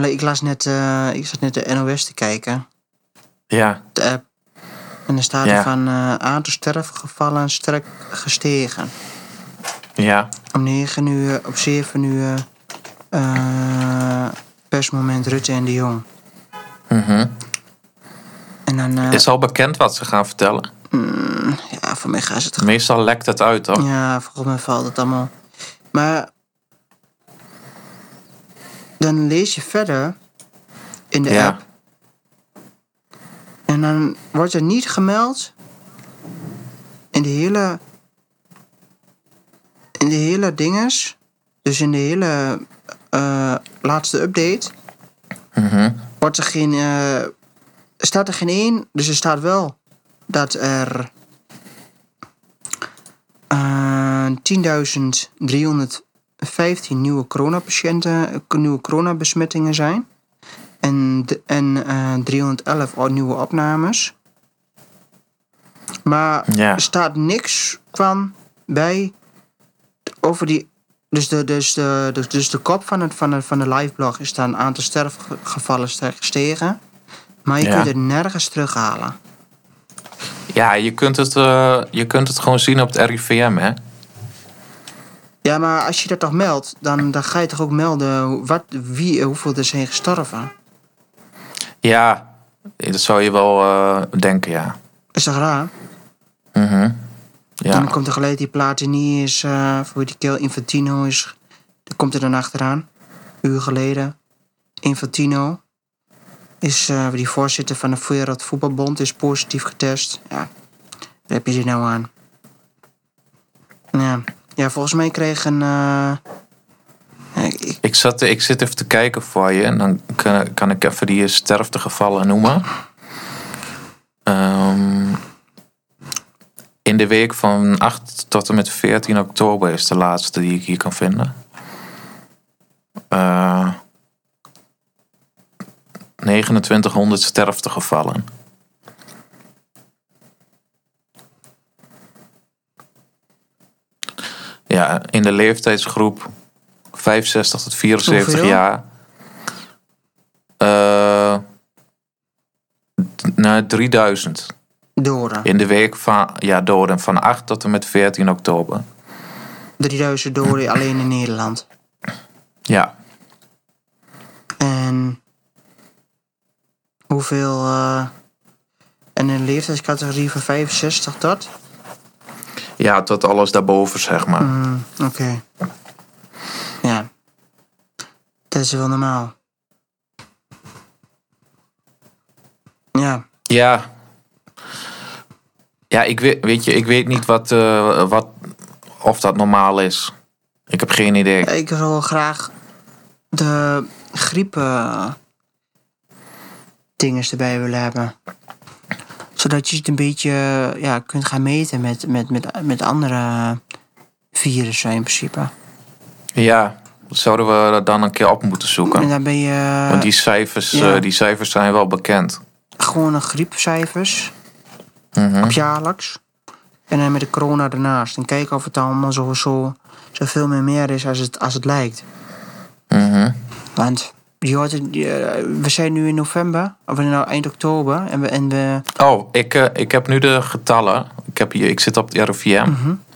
ik zat net de NOS te kijken. Ja. De app. En er staat er van aantal sterfgevallen sterk gestegen. Ja. Om 9 uur, op 7 uur... persmoment Rutte en de Jong. En dan, is al bekend wat ze gaan vertellen? Ja, voor mij gaan ze het... Meestal lekt het uit, toch? Ja, volgens mij valt het allemaal. Maar... Dan lees je verder... in de app. En dan wordt er niet gemeld... in de hele dinges... dus in de hele... laatste update... wordt er geen... staat er geen één... dus er staat wel... dat er... 10.315 nieuwe coronapatiënten... nieuwe coronabesmettingen zijn... en 311 nieuwe opnames. Maar er staat niks kwam bij... over die... Dus de kop van de liveblog is daar een aantal sterfgevallen sterk gestegen. Maar je kunt het nergens terughalen. Ja, je kunt het gewoon zien op het RIVM, hè? Ja, maar als je dat toch meldt, dan ga je toch ook melden hoeveel er zijn gestorven? Ja, dat zou je wel denken, ja. Is toch raar? Ja. Dan komt er gelijk die Platini is, voor die Keel Infantino is... Dan komt er dan achteraan, een uur geleden. Infantino is die voorzitter van de Wereldvoetbalbond, is positief getest. Ja, daar heb je ze nou aan. Ja, volgens mij kreeg een... Ik zit even te kijken voor je en dan kan ik even die sterftegevallen noemen. In de week van 8 tot en met 14 oktober is de laatste die ik hier kan vinden. 2900 sterftegevallen. Ja, in de leeftijdsgroep 65 tot 74 Hoeveel? jaar. 3000. Doden. In de week doden van 8 tot en met 14 oktober. 3000 doden alleen in Nederland. Ja. En hoeveel... en in de leeftijdscategorie van 65 tot? Ja, tot alles daarboven, zeg maar. Oké. Ja. Dat is wel normaal. Ja. Ja. Ja, ik weet niet wat of dat normaal is. Ik heb geen idee. Ik zou wel graag de griep dinges erbij willen hebben. Zodat je het een beetje kunt gaan meten met andere virussen in principe. Ja, dat zouden we dan een keer op moeten zoeken. En dan ben je... Want die cijfers zijn wel bekend. Gewoon een griepcijfers. Op jaarlijks. En dan met de corona ernaast. En kijken of het allemaal zoveel meer is als het lijkt. Want we zijn nu in november. Of nou eind oktober. En we... Oh, ik heb nu de getallen. Ik zit op het RIVM.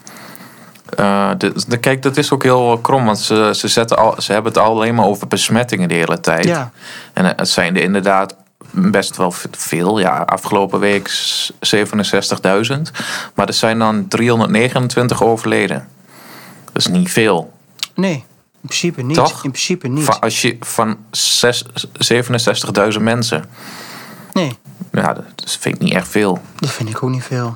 Kijk, dat is ook heel krom. Want ze hebben het alleen maar over besmettingen de hele tijd. Ja. En het zijn er inderdaad best wel veel. Ja, afgelopen week 67.000. Maar er zijn dan 329 overleden. Dat is niet veel. Nee, in principe niet. Toch? In principe niet. Als je van 67.000 mensen. Nee. Ja, dat vind ik niet echt veel. Dat vind ik ook niet veel.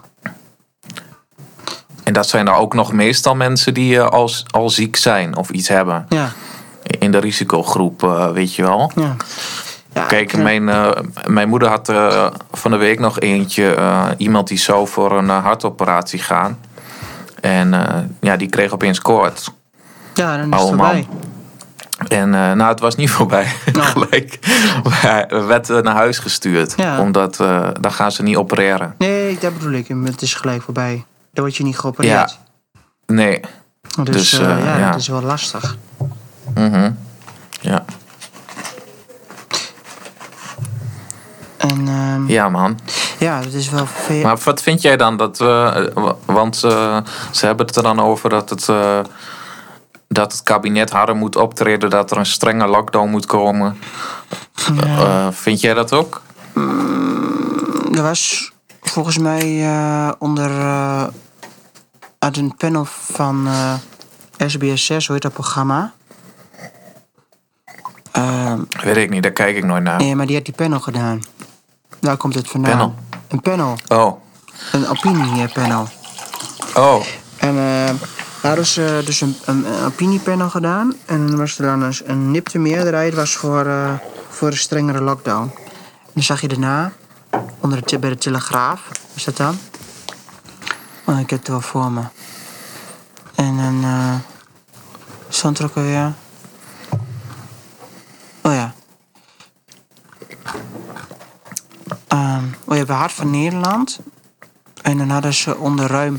En dat zijn er ook nog meestal mensen die al ziek zijn of iets hebben. Ja. In de risicogroep, weet je wel. Ja. Ja, kijk, mijn moeder had van de week nog eentje. Iemand die zou voor een hartoperatie gaan. En die kreeg opeens koorts. Ja, dan is het voorbij. En het was niet voorbij. Gelijk. Hij werd naar huis gestuurd. Ja. Omdat dan gaan ze niet opereren. Nee, dat bedoel ik. Het is gelijk voorbij. Dan word je niet geopereerd. Ja. Nee. Dus dat is wel lastig. Ja. En Ja, man. ja, dat is wel veel. Maar wat vind jij dan? Want ze hebben het er dan over dat het kabinet harder moet optreden, dat er een strenge lockdown moet komen. Vind jij dat ook? Er was volgens mij uit een panel van SBS 6, hoe heet dat programma? Weet ik niet, daar kijk ik nooit naar. Nee, maar die had die panel gedaan. Daar komt het vandaan. Panel? Een panel. Oh. Een opiniepanel. Oh. En daar hadden ze dus een opiniepanel gedaan. En dan was er dan een nipte meerderheid was voor een strengere lockdown. En dan zag je daarna, bij de Telegraaf, is dat dan? Oh, ik heb het wel voor me. En dan stond er ook alweer. Oh ja. Je hebt Hart van Nederland. En dan hadden ze onder ruim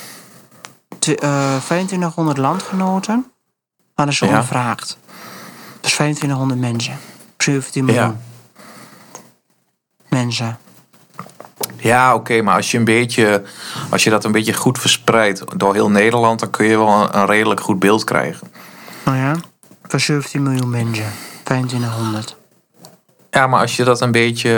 2500 landgenoten hadden ze ondervraagd. Dus 2500 mensen. 17 miljoen mensen. Ja, oké, maar als je dat een beetje goed verspreidt door heel Nederland, dan kun je wel een redelijk goed beeld krijgen. Nou ja, voor 17 miljoen mensen. 2500. Ja, maar als je dat een beetje...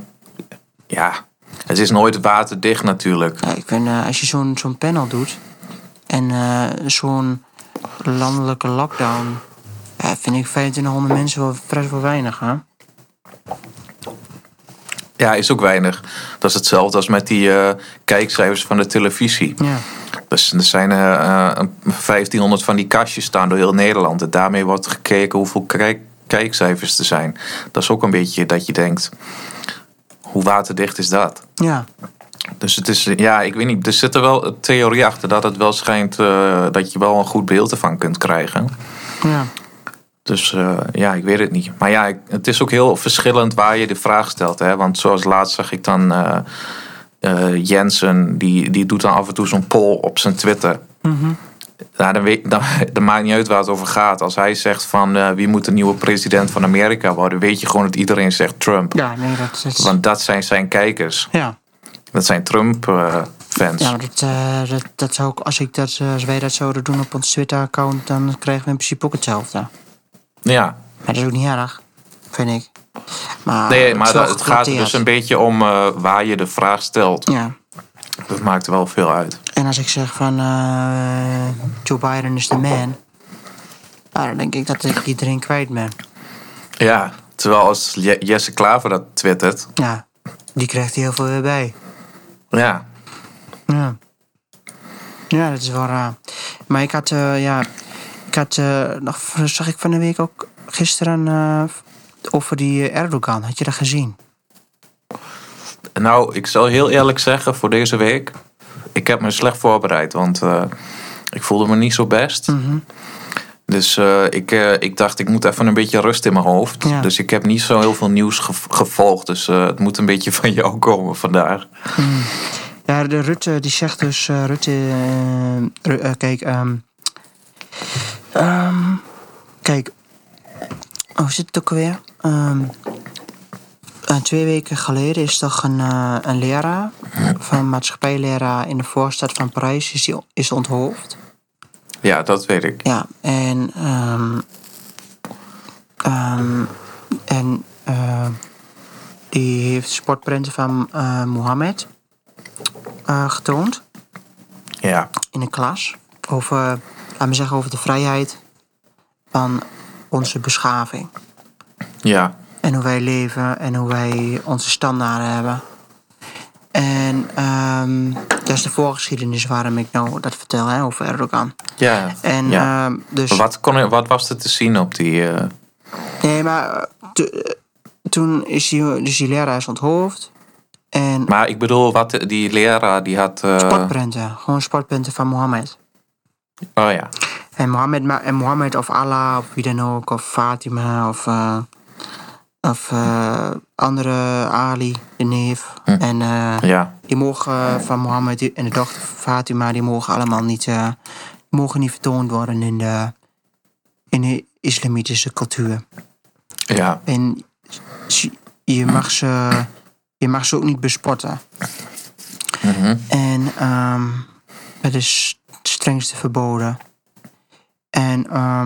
het is nooit waterdicht natuurlijk. Ja, ik vind, als je zo'n panel doet en zo'n landelijke lockdown, vind ik 2500 mensen wel best wel weinig, hè? Ja, is ook weinig. Dat is hetzelfde als met die kijkcijfers van de televisie. Ja. Dus er zijn 1500 van die kastjes staan door heel Nederland. En daarmee wordt gekeken hoeveel kijkcijfers er zijn. Dat is ook een beetje dat je denkt, hoe waterdicht is dat? Ja. Dus het is, ik weet niet, er zit er wel een theorie achter dat het wel schijnt dat je wel een goed beeld ervan kunt krijgen. Ja. Dus ik weet het niet. Maar ja, het is ook heel verschillend waar je de vraag stelt. Hè? Want zoals laatst zag ik dan Jensen, die doet dan af en toe zo'n poll op zijn Twitter. Mm-hmm. Dan maakt niet uit waar het over gaat. Als hij zegt van wie moet de nieuwe president van Amerika worden, weet je gewoon dat iedereen zegt Trump. Ja, nee, dat is... Want dat zijn zijn kijkers. Ja. Dat zijn Trump-fans. Ja, maar dat zou ook, als wij dat zouden doen op ons Twitter-account, dan krijgen we in principe ook hetzelfde. Ja. Maar dat is ook niet erg, vind ik. Maar Nee, maar het gaat er dus dus een beetje om waar je de vraag stelt. Ja. Dat maakt wel veel uit. En als ik zeg van Joe Biden is de man, dan denk ik dat ik iedereen kwijt ben. Ja, terwijl als Jesse Klaver dat twittert. Ja, die krijgt hij heel veel weer bij. Ja. Ja. Ja, dat is wel raar. Maar ik had nog, zag ik van de week ook gisteren over die Erdogan. Had je dat gezien? Nou, ik zal heel eerlijk zeggen, voor deze week, ik heb me slecht voorbereid, want ik voelde me niet zo best. Mm-hmm. Dus ik dacht, ik moet even een beetje rust in mijn hoofd. Ja. Dus ik heb niet zo heel veel nieuws gevolgd. Dus het moet een beetje van jou komen vandaag. Mm. Ja, de Rutte, die zegt dus... kijk, hoe zit het ook alweer? 2 weken geleden is toch een leraar, van maatschappijleraar in de voorstad van Parijs, is onthoofd. Ja, dat weet ik. Ja, en die heeft sportprenten van Mohammed getoond. Ja. In een klas. Over de vrijheid van onze beschaving. Ja. En hoe wij leven en hoe wij onze standaarden hebben. En dat is de voorgeschiedenis waarom ik nou dat vertel, hè, over Erdogan. Ja. En ja. dus... Wat was er te zien op die... Nee, maar toen is die leraar is onthoofd. En Maar ik bedoel, die leraar die had... sportprenten. Gewoon sportprenten van Mohammed. Oh ja. En Mohammed of Allah of wie dan ook. Of Fatima of andere Ali, de neef. En die mogen van Mohammed en de dochter Fatima, die mogen allemaal niet vertoond worden in de islamitische cultuur. Ja. En je mag ze je mag ze ook niet bespotten. En het is het strengste verboden. En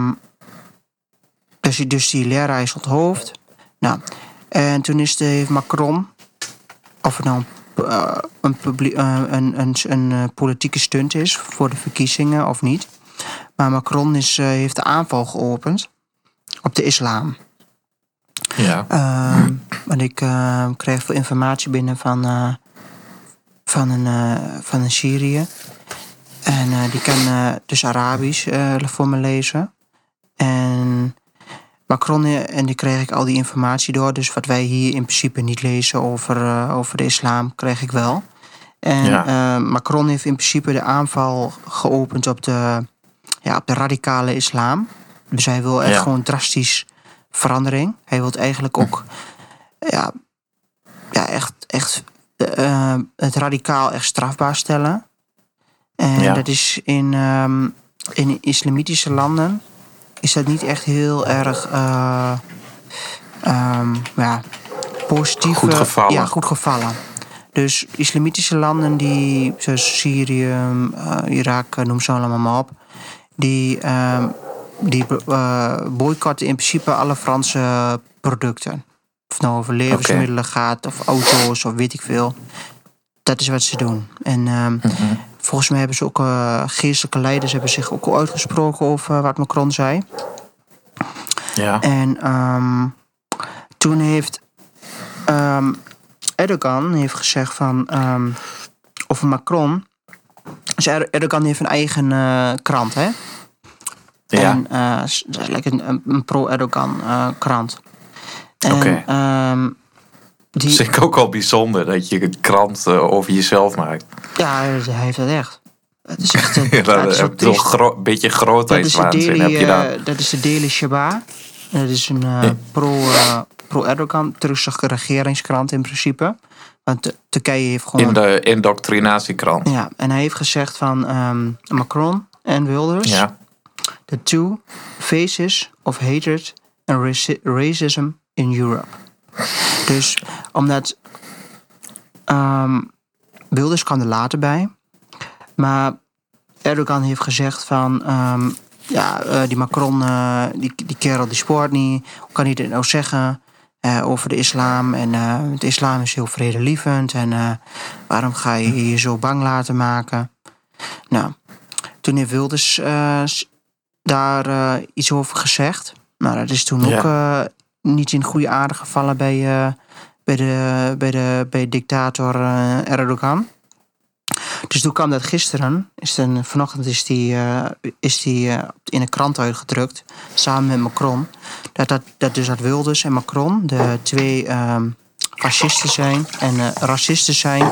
dus die leraar is onthoofd. Nou, en toen heeft Macron, of het nou een politieke stunt is voor de verkiezingen of niet. Maar Macron heeft de aanval geopend op de islam. Ja. Want ik kreeg veel informatie binnen van een Syrië. En die kan dus Arabisch voor me lezen. En Macron, en die kreeg ik al die informatie door. Dus wat wij hier in principe niet lezen over de islam, kreeg ik wel. En Macron heeft in principe de aanval geopend op de radicale islam. Dus hij wil echt gewoon drastisch verandering. Hij wil eigenlijk ook echt het radicaal echt strafbaar stellen. En dat is in islamitische landen is dat niet echt heel erg positief. Goed gevallen. Ja, goed gevallen. Dus islamitische landen die, zoals Syrië, Irak, noem ze allemaal maar op, die boycotten in principe alle Franse producten. Of het nou over levensmiddelen gaat, of auto's, of weet ik veel. Dat is wat ze doen. En volgens mij hebben ze ook geestelijke leiders hebben zich ook al uitgesproken over wat Macron zei. Ja. En toen heeft Erdogan heeft gezegd van over Macron. Dus Erdogan heeft een eigen krant, hè? Ja. En dat is like een pro-Erdogan krant. Oké. Die... Dat vind ik ook al bijzonder dat je een krant over jezelf maakt. Ja, hij heeft dat echt. Het is echt een beetje grootheidswaanzin heb je daar. Dat is de Daily Shabah. Dat is een pro-Erdogan Turkse regeringskrant in principe. Want Turkije heeft gewoon... In de indoctrinatiekrant. Ja, en hij heeft gezegd van Macron en Wilders... Ja. The two faces of hatred and racism in Europe. Dus omdat Wilders kwam er later bij. Maar Erdogan heeft gezegd van... die Macron, die kerel die spoort niet. Hoe kan hij dit nou zeggen over de islam? En de islam is heel vredelievend. En waarom ga je je zo bang laten maken? Nou, toen heeft Wilders daar iets over gezegd. Maar dat is toen ook niet in goede aarde gevallen bij dictator Erdogan. Dus toen kwam dat gisteren. Vanochtend is die in een krant uitgedrukt. Samen met Macron. Dat dus dat Wilders en Macron de twee fascisten zijn. En racisten zijn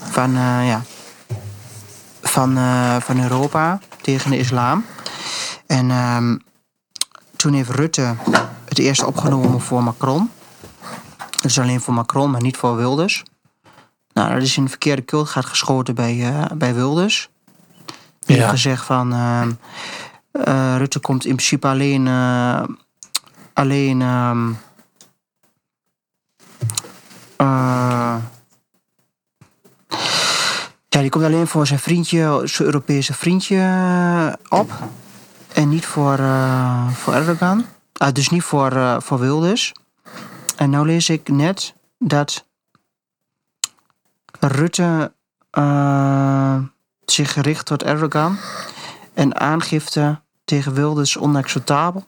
van Europa tegen de islam. En toen heeft Rutte het eerst opgenomen voor Macron. Dat is alleen voor Macron, maar niet voor Wilders. Nou, dat is in de verkeerde kultgaat geschoten bij Wilders. Die heeft gezegd van... Rutte komt in principe die komt alleen voor zijn vriendje, zijn Europese vriendje op. En niet voor Erdogan. Dus niet voor Wilders. En nou lees ik net dat Rutte zich richt tot Erdogan. En aangifte tegen Wilders onacceptabel.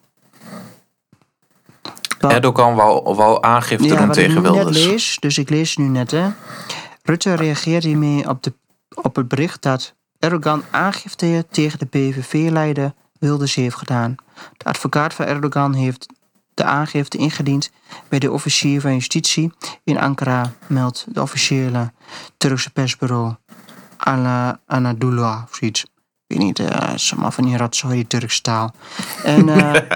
Erdogan wou aangifte doen tegen Wilders. Net lees, dus ik lees nu net. Hè. Rutte reageert hiermee op het bericht dat Erdogan aangifte tegen de PVV-leider Wilders heeft gedaan. De advocaat van Erdogan heeft de aangifte ingediend bij de officier van justitie in Ankara, meldt de officiële Turkse persbureau Anadolu of zoiets. Ik weet niet, allemaal van die rotzooi Turkse taal. En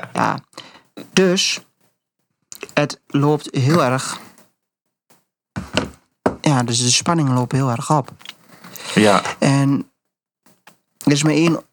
dus het loopt heel erg. Ja, dus de spanningen lopen heel erg op. Ja. En er is maar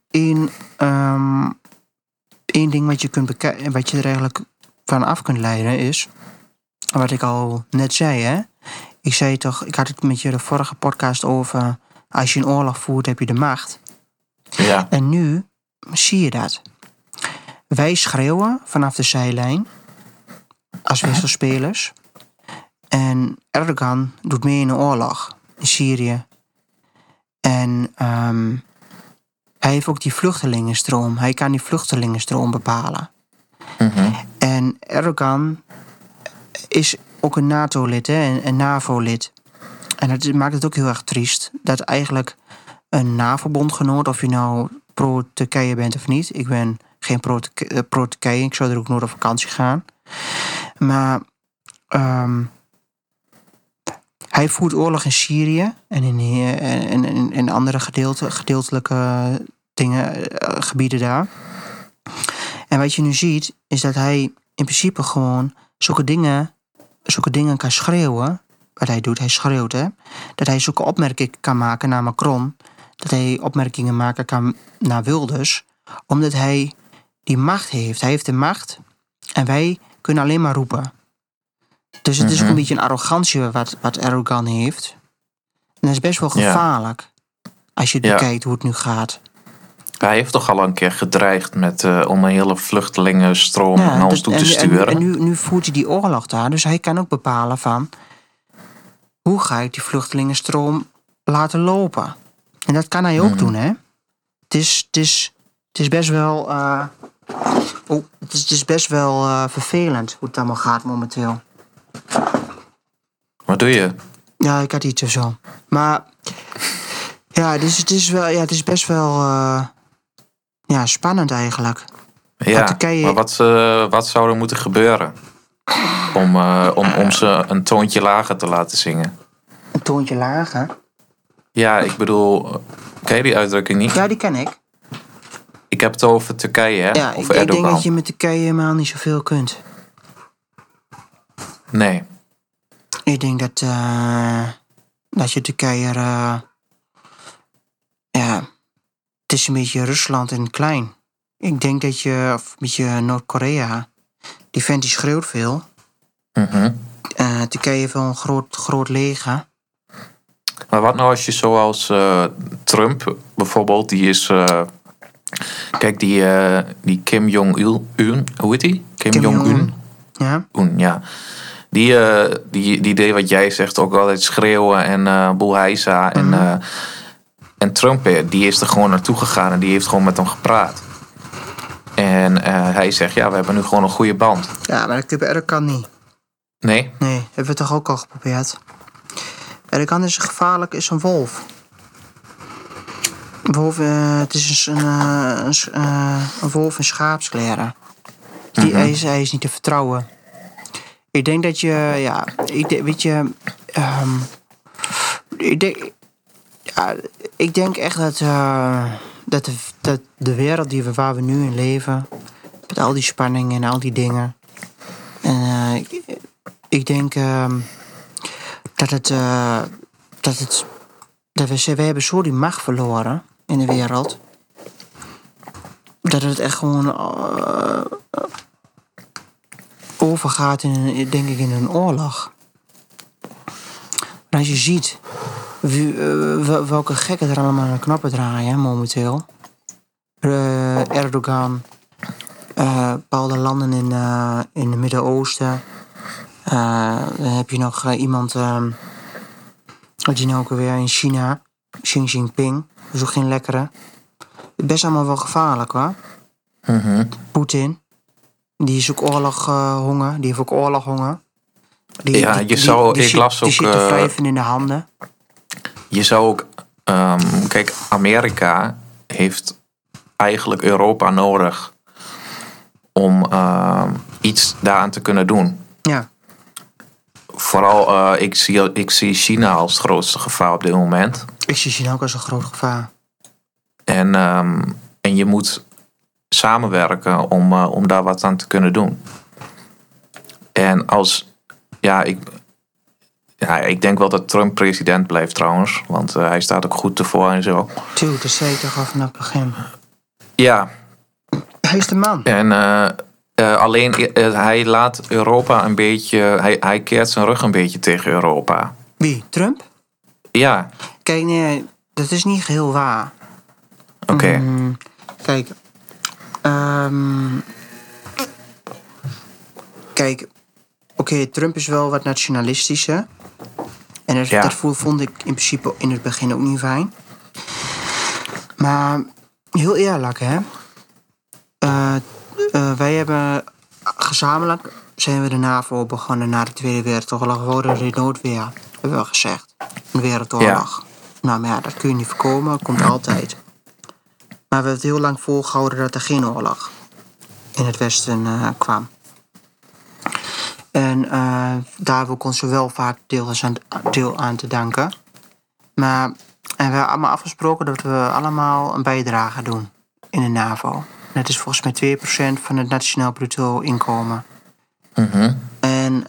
één ding wat je kunt bekijken, wat je er eigenlijk van af kunt leiden is, wat ik al net zei, hè, Ik zei toch, ik had het met je de vorige podcast over... als je een oorlog voert, heb je de macht. Ja. En nu zie je dat. Wij schreeuwen vanaf de zijlijn... als wisselspelers. En Erdogan doet mee in een oorlog in Syrië. En hij heeft ook die vluchtelingenstroom. Hij kan die vluchtelingenstroom bepalen. En Erdogan is ook een NATO-lid, een NAVO-lid. En dat maakt het ook heel erg triest. Dat eigenlijk een NAVO-bondgenoot, of je nou pro-Turkije bent of niet... ik ben geen pro-Turkije, ik zou er ook nooit op vakantie gaan. Maar hij voert oorlog in Syrië en in andere gedeeltelijke gebieden daar. En wat je nu ziet, is dat hij in principe gewoon zulke dingen kan schreeuwen. Wat hij doet, hij schreeuwt, hè. Dat hij zulke opmerkingen kan maken naar Macron. Dat hij opmerkingen maken kan naar Wilders. Omdat hij die macht heeft. Hij heeft de macht en wij kunnen alleen maar roepen. Dus het is ook een beetje een arrogantie wat Erdogan heeft. En dat is best wel gevaarlijk. Als je bekijkt hoe het nu gaat. Hij heeft toch al een keer gedreigd met om een hele vluchtelingenstroom naar ons toe te sturen. En nu voert hij die oorlog daar. Dus hij kan ook bepalen van... hoe ga ik die vluchtelingenstroom laten lopen? En dat kan hij ook doen, hè? Het is best wel... het is best wel vervelend hoe het allemaal gaat momenteel. Wat doe je? Ja, ik had iets of zo. Maar... ja, het is best wel... spannend eigenlijk. Ja, maar wat zou er moeten gebeuren? Om ze een toontje lager te laten zingen. Een toontje lager? Ja, ik bedoel... ken je die uitdrukking niet? Ja, die ken ik. Ik heb het over Turkije, hè? Ja, over ik denk dat je met Turkije helemaal niet zoveel kunt. Nee. Ik denk dat je Turkije... het is een beetje Rusland in het klein. Ik denk dat je... of een beetje Noord-Korea... die vent die schreeuwt veel. Turkije heeft wel een groot leger. Maar wat nou als je zoals Trump bijvoorbeeld... die is... kijk, die Kim Jong-un... hoe heet die? Kim Jong-un? Ja. Ja. Die deed wat jij zegt ook altijd schreeuwen en boelheisa. En Trump, die is er gewoon naartoe gegaan en die heeft gewoon met hem gepraat. En hij zegt, ja, we hebben nu gewoon een goede band. Ja, maar dat kan niet. Nee? Nee, hebben we toch ook al geprobeerd. Erdogan is gevaarlijk, is een wolf. Het is een wolf in schaapskleren. Hij is niet te vertrouwen. Ik denk dat je... ik denk echt dat de wereld waar we nu in leven... met al die spanningen en al die dingen... ik denk we hebben zo die macht verloren in de wereld... dat het echt gewoon overgaat denk ik in een oorlog. Maar als je ziet welke gekken er allemaal aan de knoppen draaien momenteel... Erdogan, bepaalde landen in het Midden-Oosten... dan heb je nog iemand... wat je nou ook alweer in China... Xi Jinping, dat is ook geen lekkere. Best allemaal wel gevaarlijk, hoor. Poetin, die is ook oorloghonger. Die heeft ook oorloghonger. Ik las ook... Die zit te wrijven in de handen. Je zou ook... kijk, Amerika heeft eigenlijk Europa nodig... om iets daaraan te kunnen doen. Ja. Vooral, ik zie China als het grootste gevaar op dit moment. Ik zie China ook als een groot gevaar. En je moet samenwerken om daar wat aan te kunnen doen. En als... ik denk wel dat Trump president blijft trouwens. Want hij staat ook goed ervoor en zo. Tuurlijk, dat zei je toch al vanaf het begin. Ja. Hij is de man. En alleen hij laat Europa een beetje... Hij keert zijn rug een beetje tegen Europa. Wie? Trump? Ja, Kijk, nee, dat is niet geheel waar. oké. Kijk, Trump is wel wat nationalistischer. En dat vond ik in principe in het begin ook niet fijn. Maar heel eerlijk, hè. Wij hebben gezamenlijk zijn we de NAVO begonnen na de Tweede Wereldoorlog. We worden er nooit weer, hebben we gezegd. Een wereldoorlog. Nou, maar ja, dat kun je niet voorkomen. Dat komt altijd. Maar we hebben het heel lang volgehouden dat er geen oorlog in het Westen kwam. En daar hebben we ons wel vaak deel aan te danken. En we hebben allemaal afgesproken dat we allemaal een bijdrage doen in de NAVO. Dat is volgens mij 2% van het nationaal bruto inkomen. En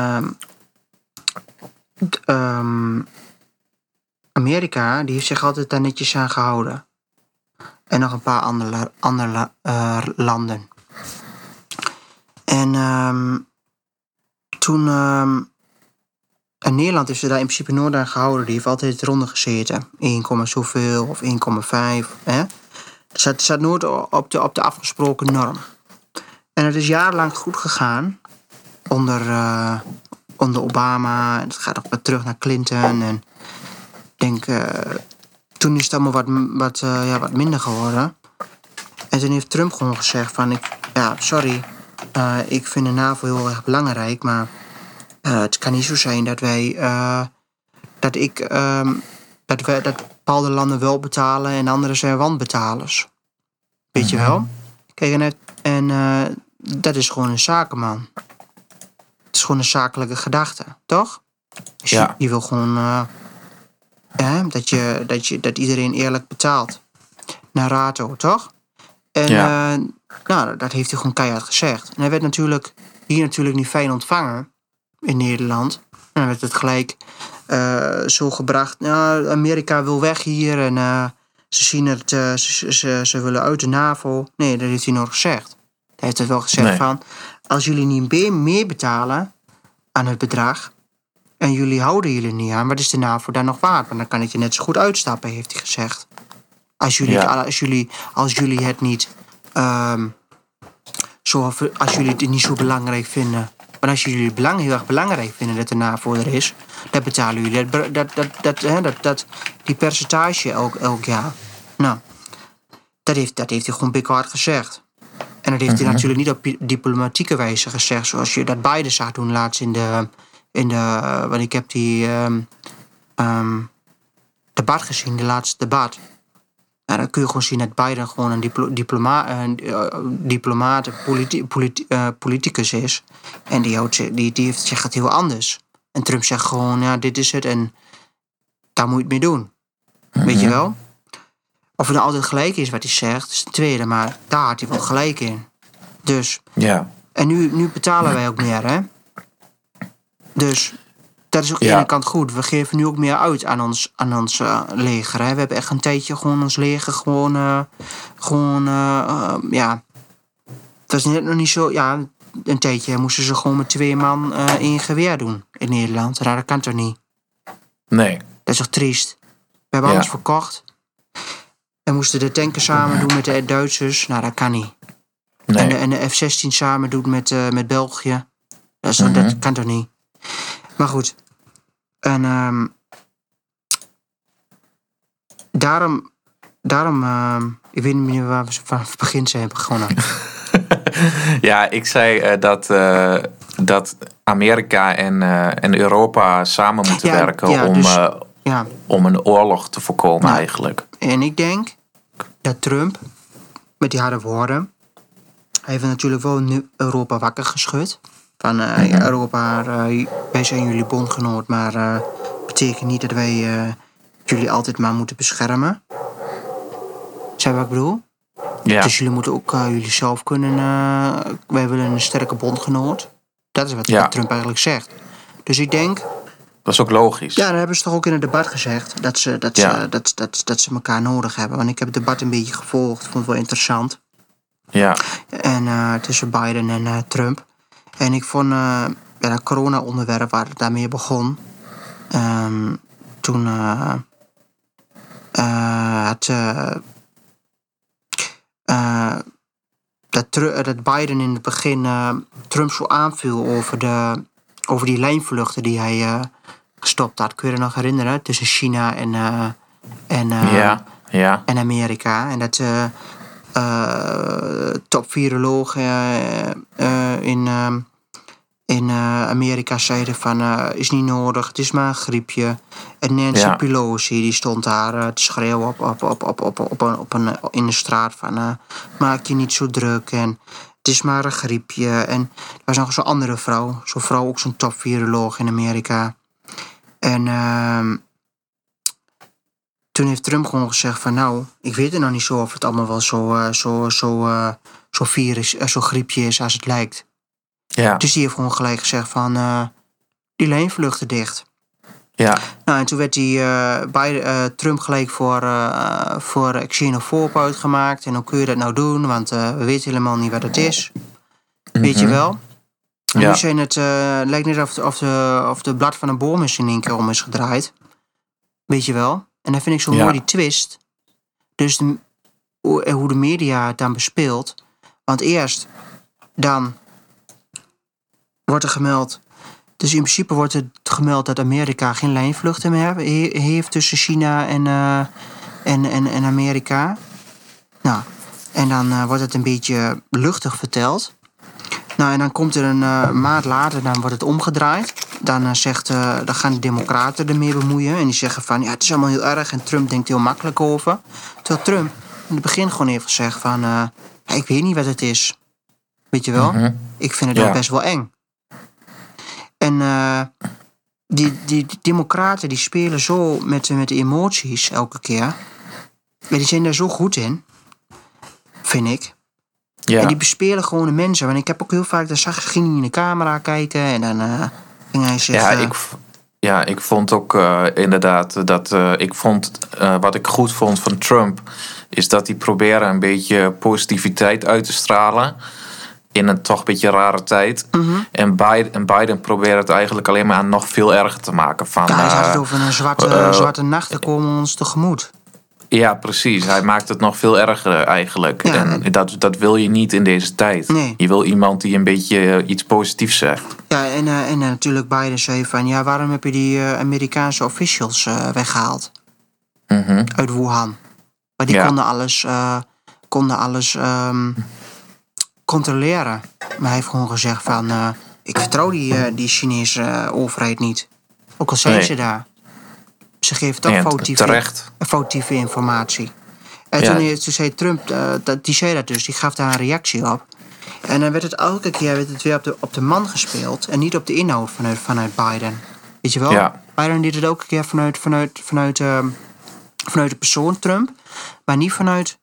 Amerika die heeft zich altijd daar netjes aan gehouden. En nog een paar andere landen. En toen... En Nederland heeft ze daar in principe nooit aan gehouden. Die heeft altijd eronder gezeten. 1, zoveel of 1,5. Hè? Dus het staat nooit op de afgesproken norm. En het is jarenlang goed gegaan. Onder Obama. Het gaat ook weer terug naar Clinton. En ik denk... toen is het allemaal wat minder geworden. En toen heeft Trump gewoon gezegd van... sorry. Ik vind de NAVO heel erg belangrijk. Maar het kan niet zo zijn dat wij... dat bepaalde landen wel betalen en andere zijn wanbetalers. Weet je wel? Kijk, en dat is gewoon een zakenman. Het is gewoon een zakelijke gedachte, toch? Dus je wil gewoon dat iedereen eerlijk betaalt. Naar rato, toch? En dat heeft hij gewoon keihard gezegd. En hij werd hier natuurlijk niet fijn ontvangen in Nederland. En dan werd het gelijk zo gebracht. Nou, Amerika wil weg hier en ze zien het, ze willen uit de NAVO. Nee, dat heeft hij nog gezegd. Hij heeft het wel gezegd van... Als jullie niet meer betalen aan het bedrag... en jullie houden jullie niet aan... wat is de NAVO dan nog waard? Want dan kan ik je net zo goed uitstappen, heeft hij gezegd. Als jullie het niet... als jullie het niet zo belangrijk vinden... maar als jullie het heel erg belangrijk vinden dat de NAVO er is... dan betalen jullie die percentage elk jaar. Nou, dat heeft hij gewoon bikhard gezegd. En dat heeft hij natuurlijk niet op diplomatieke wijze gezegd... zoals je dat Biden zag doen laatst in de want ik heb die debat gezien, de laatste debat. Nou, dan kun je gewoon zien dat Biden gewoon een diplomaat, politicus is. En die zegt het heel anders. En Trump zegt gewoon, dit is het en daar moet je het mee doen. Weet je wel? Of het nou altijd gelijk is wat hij zegt, is het tweede. Maar daar had hij wel gelijk in. Dus. Ja. En nu betalen wij ook meer, hè? Dus dat is ook aan de ene kant goed. We geven nu ook meer uit aan ons leger. Hè? We hebben echt een tijdje gewoon ons leger Het was net nog niet zo... Ja, een tijdje moesten ze gewoon met 2 man in geweer doen in Nederland. Dat kan toch niet? Nee. Dat is toch triest? We hebben alles verkocht. We moesten de tanken samen doen met de Duitsers. Nou, dat kan niet. Nee. En de F-16 samen doen met België. Dat kan toch niet? Maar goed. En daarom ik weet niet meer waar we van het begin zijn begonnen. Ja, ik zei dat Amerika en Europa samen moeten werken om een oorlog te voorkomen eigenlijk. En ik denk dat Trump, met die harde woorden... Hij heeft natuurlijk wel Europa wakker geschud. Van Europa, wij zijn jullie bondgenoot, maar betekent niet dat wij jullie altijd maar moeten beschermen. Zeg wat ik bedoel? Ja. Dus jullie moeten ook jullie zelf kunnen... wij willen een sterke bondgenoot. Dat is wat Trump eigenlijk zegt. Dus ik denk... Dat is ook logisch. Ja, dat hebben ze toch ook in het debat gezegd. Dat ze elkaar nodig hebben. Want ik heb het debat een beetje gevolgd. Vond het wel interessant. Ja. En tussen Biden en Trump. En ik vond dat corona-onderwerp waar het daarmee begon... Toen dat Biden in het begin Trump zo aanviel over die lijnvluchten die hij gestopt had. Kun je je nog herinneren? Tussen China en Amerika. En dat top-virologen in Amerika zeiden van is niet nodig, het is maar een griepje. En Nancy Pelosi die stond daar te schreeuwen in de straat van maak je niet zo druk en het is maar een griepje. En er was nog zo'n andere vrouw, ook zo'n top-viroloog in Amerika. En toen heeft Trump gewoon gezegd van nou, ik weet er nog niet zo of het allemaal wel zo virus, zo'n griepje is als het lijkt. Ja. Dus die heeft gewoon gelijk gezegd van die lijnvluchten dicht. Ja. Nou, en toen werd Trump gelijk voor xenofoob uitgemaakt. En hoe kun je dat nou doen? Want we weten helemaal niet wat het is. Weet je wel? En nu zijn het lijkt net of de blad van een boom is in één keer om is gedraaid. Weet je wel? En dan vind ik zo mooi die twist. Dus hoe de media het dan bespeelt. Want eerst dan wordt er gemeld. Dus in principe wordt het gemeld dat Amerika geen lijnvluchten meer heeft tussen China en Amerika. Nou, en dan wordt het een beetje luchtig verteld. Nou, en dan komt er een maand later, dan wordt het omgedraaid. Dan gaan de democraten ermee bemoeien. En die zeggen van, ja, het is allemaal heel erg. En Trump denkt heel makkelijk over. Terwijl Trump in het begin gewoon heeft gezegd van, ja, ik weet niet wat het is. Weet je wel? Ik vind het ook best wel eng. En die democraten die spelen zo met de emoties elke keer. En die zijn daar zo goed in, vind ik. Ja. En die bespelen gewoon de mensen. Want ik heb ook heel vaak, ging hij in de camera kijken en dan ging hij zeggen... Ik vond ook inderdaad dat... wat ik goed vond van Trump is dat hij probeerde een beetje positiviteit uit te stralen in een toch een beetje rare tijd. En Biden probeert het eigenlijk alleen maar nog veel erger te maken. Hij had het over een zwarte nachten komen ons tegemoet. Ja, precies. Hij maakt het nog veel erger eigenlijk. Ja. En dat wil je niet in deze tijd. Nee. Je wil iemand die een beetje iets positiefs zegt. Ja, en natuurlijk Biden zei van... ja, waarom heb je die Amerikaanse officials weggehaald? Uit Wuhan. Maar die konden alles controleren. Maar hij heeft gewoon gezegd van... ik vertrouw die Chinese overheid niet. Ook al zijn ze daar. Ze geven toch foutieve informatie. En toen zei Trump, die zei dat dus, die gaf daar een reactie op. En dan werd het elke keer weer op de man gespeeld en niet op de inhoud vanuit Biden. Weet je wel? Ja. Biden deed het elke keer vanuit de persoon Trump, maar niet vanuit...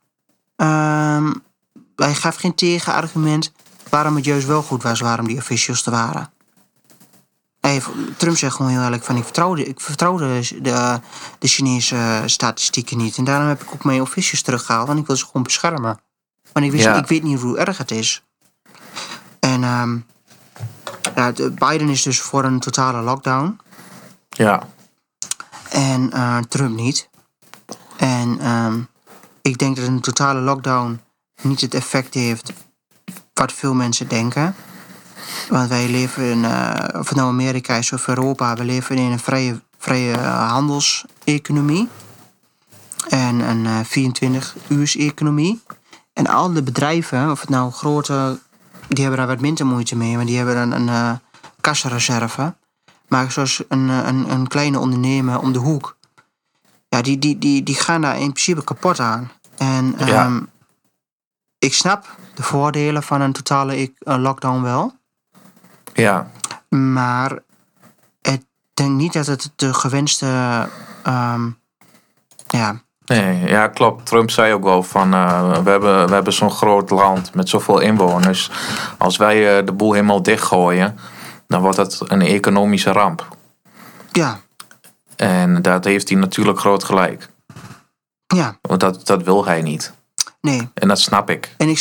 hij gaf geen tegenargument waarom het juist wel goed was, waarom die officials er waren. Trump zegt gewoon heel eerlijk van ik vertrouwde de Chinese statistieken niet. En daarom heb ik ook mijn officials teruggehaald. Want ik wil ze gewoon beschermen. Want ik weet niet hoe erg het is. En Biden is dus voor een totale lockdown. Ja. En Trump niet. En ik denk dat een totale lockdown niet het effect heeft wat veel mensen denken. Want wij leven in, of het nou Amerika is of Europa, we leven in een vrije handelseconomie. En een 24-uurs-economie. En al de bedrijven, of het nou grote, die hebben daar wat minder moeite mee. Want die hebben een kassareserve. Maar zoals een kleine ondernemer om de hoek. Ja, die gaan daar in principe kapot aan. En ik snap de voordelen van een totale lockdown wel. Ja. Maar ik denk niet dat het de gewenste... Nee, ja, klopt. Trump zei ook wel van... we hebben zo'n groot land met zoveel inwoners. Als wij de boel helemaal dichtgooien... dan wordt dat een economische ramp. Ja. En dat heeft hij natuurlijk groot gelijk. Ja. Want dat wil hij niet. Nee. En dat snap ik. En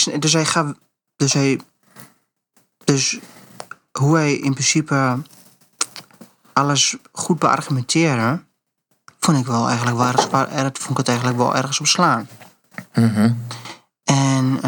hoe hij in principe alles goed beargumenteren, vond ik wel eigenlijk wel ergens op slaan. En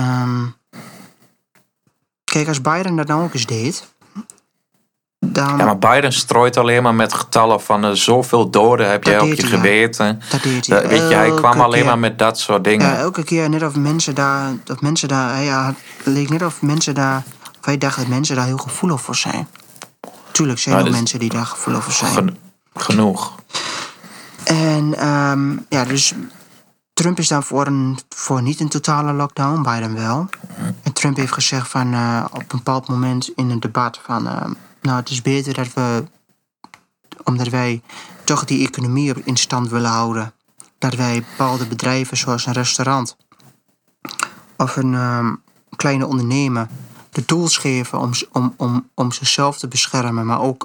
kijk, als Biden dat nou ook eens deed, dan... Ja, maar Biden strooit alleen maar met getallen van zoveel doden heb jij op je geweten. Dat deed hij. Weet je, hij kwam alleen maar met dat soort dingen. Ja, elke keer net of mensen daar... het leek net of mensen daar... Of hij dacht dat mensen daar heel gevoelig voor zijn. Tuurlijk zijn er mensen die daar gevoelig voor zijn. Genoeg. En dus Trump is dan voor niet een totale lockdown, Biden wel. En Trump heeft gezegd van op een bepaald moment in een debat van... het is beter dat we, omdat wij toch die economie in stand willen houden, dat wij bepaalde bedrijven zoals een restaurant of een kleine ondernemer de tools geven om zichzelf te beschermen, maar ook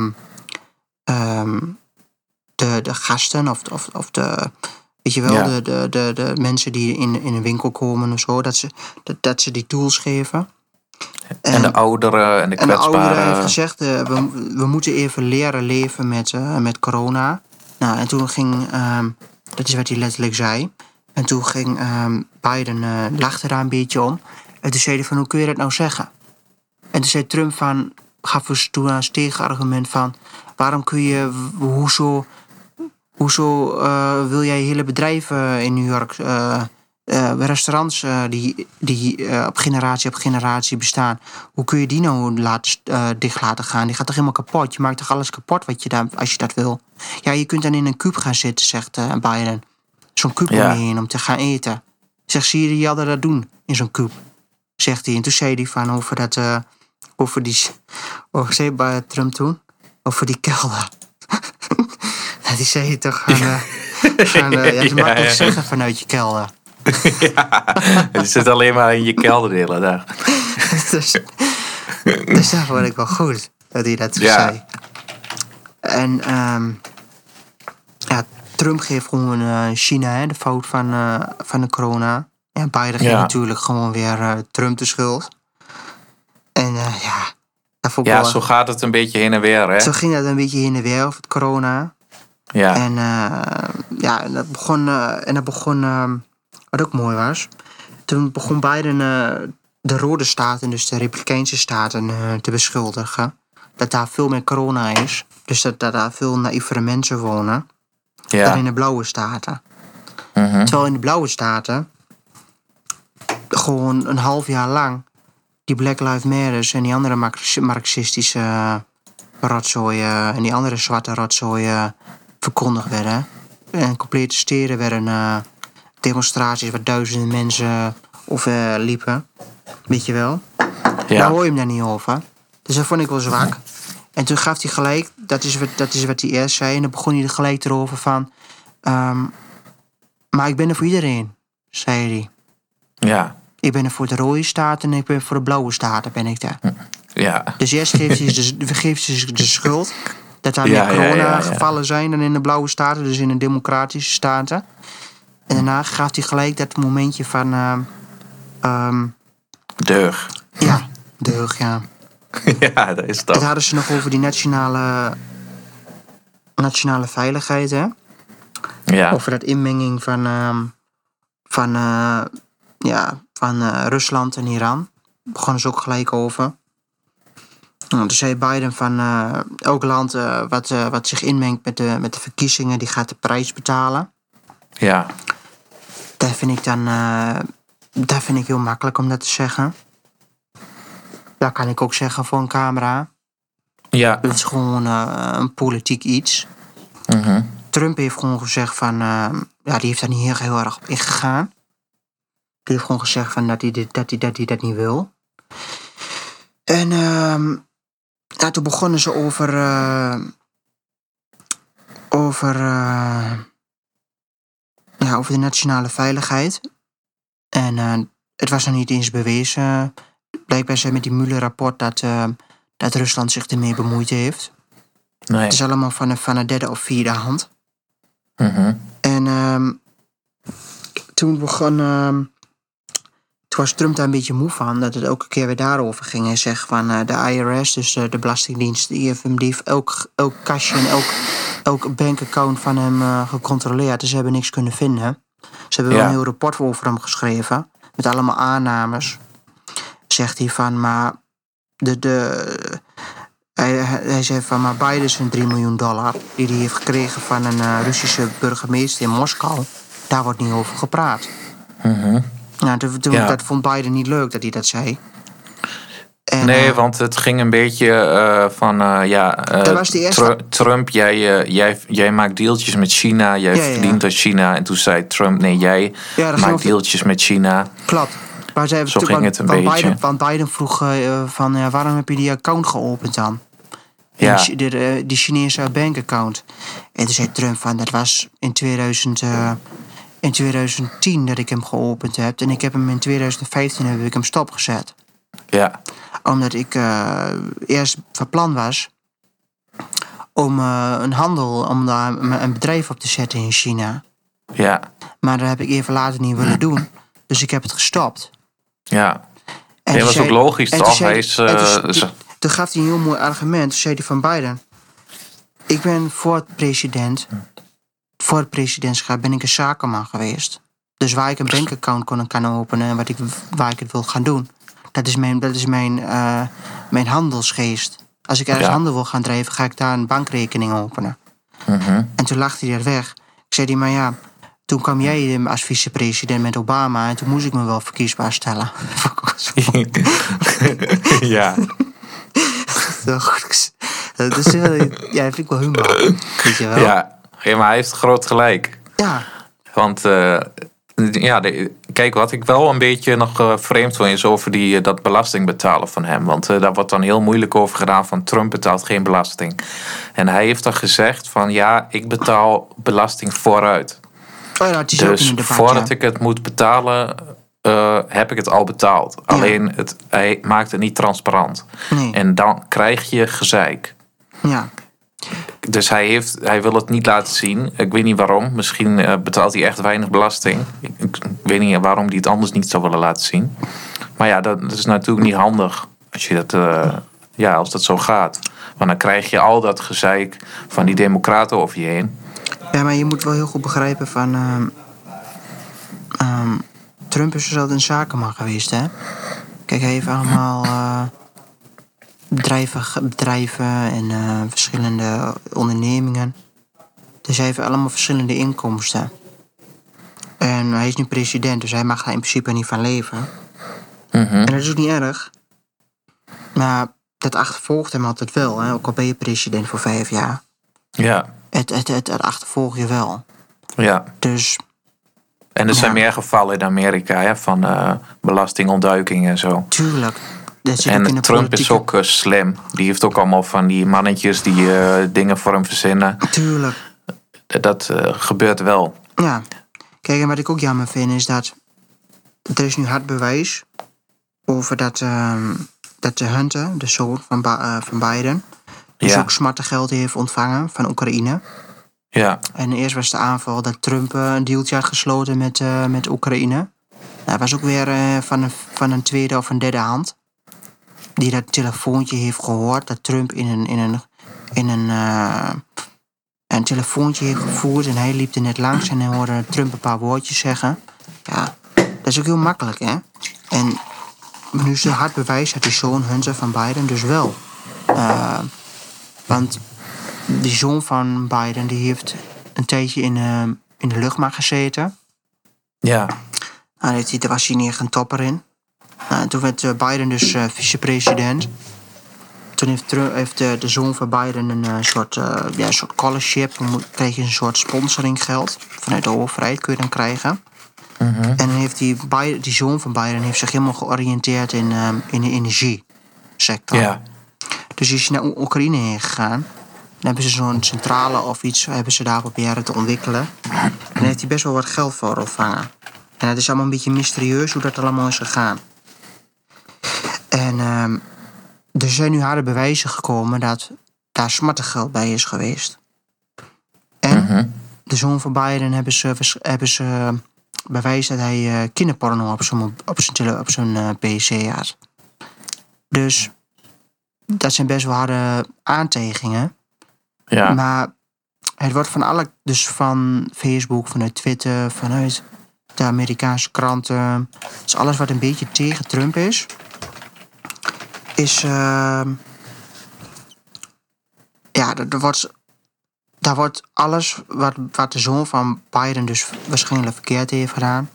de gasten of de... Weet je wel, de mensen die in een winkel komen of zo, dat ze die tools geven. En de ouderen en de kwetsbaren. En de ouderen heeft gezegd, we moeten even leren leven met corona. Nou, en toen ging, dat is wat hij letterlijk zei. En toen ging Biden, lachte daar een beetje om. En toen zei hij van, hoe kun je dat nou zeggen? En toen zei Trump van, gaf dus toen als tegenargument van, waarom kun je, hoezo wil jij hele bedrijven in New York, restaurants die op generatie bestaan, hoe kun je die nou dicht laten gaan? Die gaat toch helemaal kapot? Je maakt toch alles kapot als je dat wil? Ja, je kunt dan in een kuub gaan zitten, zegt Biden. Zo'n kuub omheen om te gaan eten. Zegt, zie je die hadden dat doen in zo'n kuub? Zegt hij. En toen zei hij van zei bij Trump toen, over die kelder. Die zei je toch van je mag toch zeggen vanuit je kelder. Het zit alleen maar in je kelder de hele dag. dus dat vond ik wel goed dat hij dat zei. En Trump geeft gewoon China de fout van de corona. En Biden geeft natuurlijk gewoon weer Trump de schuld. En zo gaat het een beetje heen en weer, hè? Zo ging dat een beetje heen en weer over het corona. Ja. En dat begon wat ook mooi was. Toen begon Biden de rode staten, dus de Republikeinse staten, te beschuldigen. Dat daar veel meer corona is. Dus dat daar veel naïvere mensen wonen. Dan in de blauwe staten. Terwijl in de blauwe staten gewoon een half jaar lang die Black Lives Matter en die andere marxistische rotzooien en die andere zwarte rotzooien verkondigd werden. En complete steden werden demonstraties waar duizenden mensen over liepen. Weet je wel? Ja. Daar hoor je hem daar niet over. Dus dat vond ik wel zwak. En toen gaf hij gelijk, dat is wat hij eerst zei. En dan begon hij er gelijk erover van, maar ik ben er voor iedereen, zei hij. Ja. Ik ben er voor de rode staten en ik ben voor de blauwe staten, ben ik daar. Ja. Dus eerst geeft hij de schuld dat daar meer corona-gevallen zijn dan in de blauwe staten, dus in de democratische staten. En daarna gaf hij gelijk dat momentje van... deug. Ja, deug, ja. Ja, dat is toch. Dat hadden ze nog over die nationale veiligheid, hè? Ja. Over dat inmenging van Rusland en Iran. Daar begonnen ze ook gelijk over. Nou, toen zei Biden van elk land wat zich inmengt met de verkiezingen, die gaat de prijs betalen. Ja. Dat vind ik heel makkelijk om dat te zeggen. Dat kan ik ook zeggen voor een camera. Ja. Het is gewoon een politiek iets. Trump heeft gewoon gezegd van... die heeft daar niet heel erg op ingegaan. Die heeft gewoon gezegd van dat hij dat niet wil. En toen begonnen ze over de nationale veiligheid. En het was nog niet eens bewezen. Blijkbaar zijn met die Mueller-rapport dat Rusland zich ermee bemoeid heeft. Nee. Het is allemaal van een derde of vierde hand. Mm-hmm. En toen toen was Trump daar een beetje moe van, dat het elke keer weer daarover ging. Hij zegt van de IRS, dus de Belastingdienst, die heeft elk kastje en elk bankaccount van hem gecontroleerd. Dus ze hebben niks kunnen vinden. Ze hebben wel een heel rapport over hem geschreven, met allemaal aannames. Zegt hij van, maar hij zei van, maar Biden zijn $3 miljoen die hij heeft gekregen van een Russische burgemeester in Moskou. Daar wordt niet over gepraat. Nou, dat vond Biden niet leuk dat hij dat zei. En, nee, want het ging een beetje van... dat was de eerste... Trump, jij maakt deeltjes met China. Jij verdient uit China. En toen zei Trump, nee, jij maakt deeltjes met China. Klopt. Maar zo ging het een beetje. Want Biden vroeg waarom heb je die account geopend dan? Ja. Die Chinese bankaccount. En toen zei Trump van, dat was in 2010 dat ik hem geopend heb. En ik heb hem in 2015 heb ik hem stopgezet. Ja. Omdat ik eerst van plan was om om daar een bedrijf op te zetten in China. Ja. Maar dat heb ik even later niet willen doen. Dus ik heb het gestopt. Ja. Dat was ook logisch, toch? Toen gaf hij een heel mooi argument. Toen zei hij van Biden, ik ben voor het presidentschap ben ik een zakenman geweest. Dus waar ik een bankaccount kan openen en waar ik het wil gaan doen. Dat is mijn handelsgeest. Als ik ergens handel wil gaan drijven, ga ik daar een bankrekening openen. En toen lachte hij er weg. Ik zei, maar ja, toen kwam jij als vicepresident met Obama en toen moest ik me wel verkiesbaar stellen. Ja. Dat vind ik wel humor. Weet je wel? Ja, maar hij heeft groot gelijk. Ja. Want kijk, wat ik wel een beetje nog vreemd vind is over dat belasting betalen van hem. Want daar wordt dan heel moeilijk over gedaan van Trump betaalt geen belasting. En hij heeft dan gezegd van ja, ik betaal belasting vooruit. Dus voordat ik het moet betalen, heb ik het al betaald. Ja. Alleen hij maakt het niet transparant. Nee. En dan krijg je gezeik. Ja. Dus hij wil het niet laten zien. Ik weet niet waarom. Misschien betaalt hij echt weinig belasting. Ik weet niet waarom hij het anders niet zou willen laten zien. Maar ja, dat is natuurlijk niet handig als je als dat zo gaat. Want dan krijg je al dat gezeik van die democraten over je heen. Ja, maar je moet wel heel goed begrijpen van... Trump is dus altijd een zakenman geweest, hè? Kijk, hij heeft allemaal bedrijven en verschillende ondernemingen. Dus hij heeft allemaal verschillende inkomsten. En hij is nu president, dus hij mag daar in principe niet van leven. En dat is ook niet erg. Maar dat achtervolgt hem altijd wel, hè? Ook al ben je president voor 5 jaar. Ja. Het achtervolg je wel. Ja. Dus... En er zijn meer gevallen in Amerika, hè, van belastingontduiking en zo. Tuurlijk. En Trump is ook slim. Die heeft ook allemaal van die mannetjes die dingen voor hem verzinnen. Tuurlijk. Dat gebeurt wel. Ja. Kijk, en wat ik ook jammer vind is dat... Er is nu hard bewijs over dat de Hunter, de zoon van Biden... dus ook smartengeld heeft ontvangen van Oekraïne. Ja. En eerst was de aanval dat Trump een dealtje had gesloten met Oekraïne. Nou, dat was ook weer van een tweede of een derde hand. Die dat telefoontje heeft gehoord. Dat Trump in een telefoontje heeft gevoerd. En hij liep er net langs en hij hoorde Trump een paar woordjes zeggen. Ja, dat is ook heel makkelijk, hè. En nu is er hard bewijs dat die zoon Hunter van Biden dus wel. Want... Die zoon van Biden die heeft een tijdje in de luchtmacht gezeten. Ja. Daar was hij niet een topper in. En toen werd Biden dus vicepresident. Toen heeft de zoon van Biden een soort scholarship. Dan kreeg je een soort sponsoringgeld. Vanuit de overheid kun je dan krijgen. En dan heeft die zoon van Biden heeft zich helemaal georiënteerd in de energiesector. Ja. Dus die is naar Oekraïne heen gegaan. Dan hebben ze zo'n centrale of iets hebben ze daar proberen te ontwikkelen. En daar heeft hij best wel wat geld voor ontvangen. En het is allemaal een beetje mysterieus hoe dat allemaal is gegaan. En er zijn nu harde bewijzen gekomen dat daar smartengeld bij is geweest. En de zoon van Biden hebben ze bewijs dat hij kinderporno op zijn PC had. Dus dat zijn best wel harde aantijgingen. Ja. Maar het wordt dus van Facebook, vanuit Twitter, vanuit de Amerikaanse kranten. Dus alles wat een beetje tegen Trump is daar wordt alles wat de zoon van Biden dus waarschijnlijk verkeerd heeft gedaan,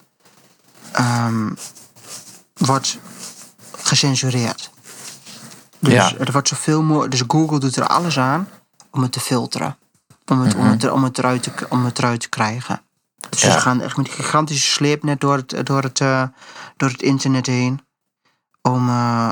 wordt gecensureerd. Dus er wordt zoveel mogelijk. Dus Google doet er alles aan om het te filteren. Om het eruit te krijgen. Dus ze gaan echt met een gigantische sleepnet door het internet heen. Om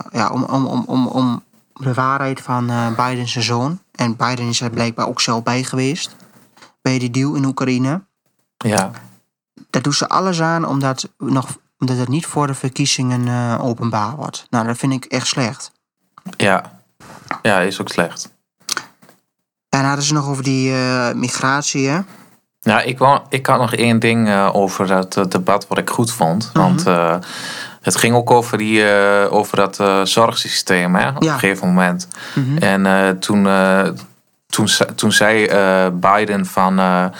de waarheid van Bidens zoon. En Biden is er blijkbaar ook zelf bij geweest. Bij die deal in Oekraïne. Ja. Daar doen ze alles aan omdat het niet voor de verkiezingen openbaar wordt. Nou, dat vind ik echt slecht. Ja. Ja, is ook slecht. En hadden ze nog over die migratie, hè? Ja, ik had nog één ding over dat debat wat ik goed vond. Want het ging ook over dat zorgsysteem, hè, op een gegeven moment. En toen zei Biden van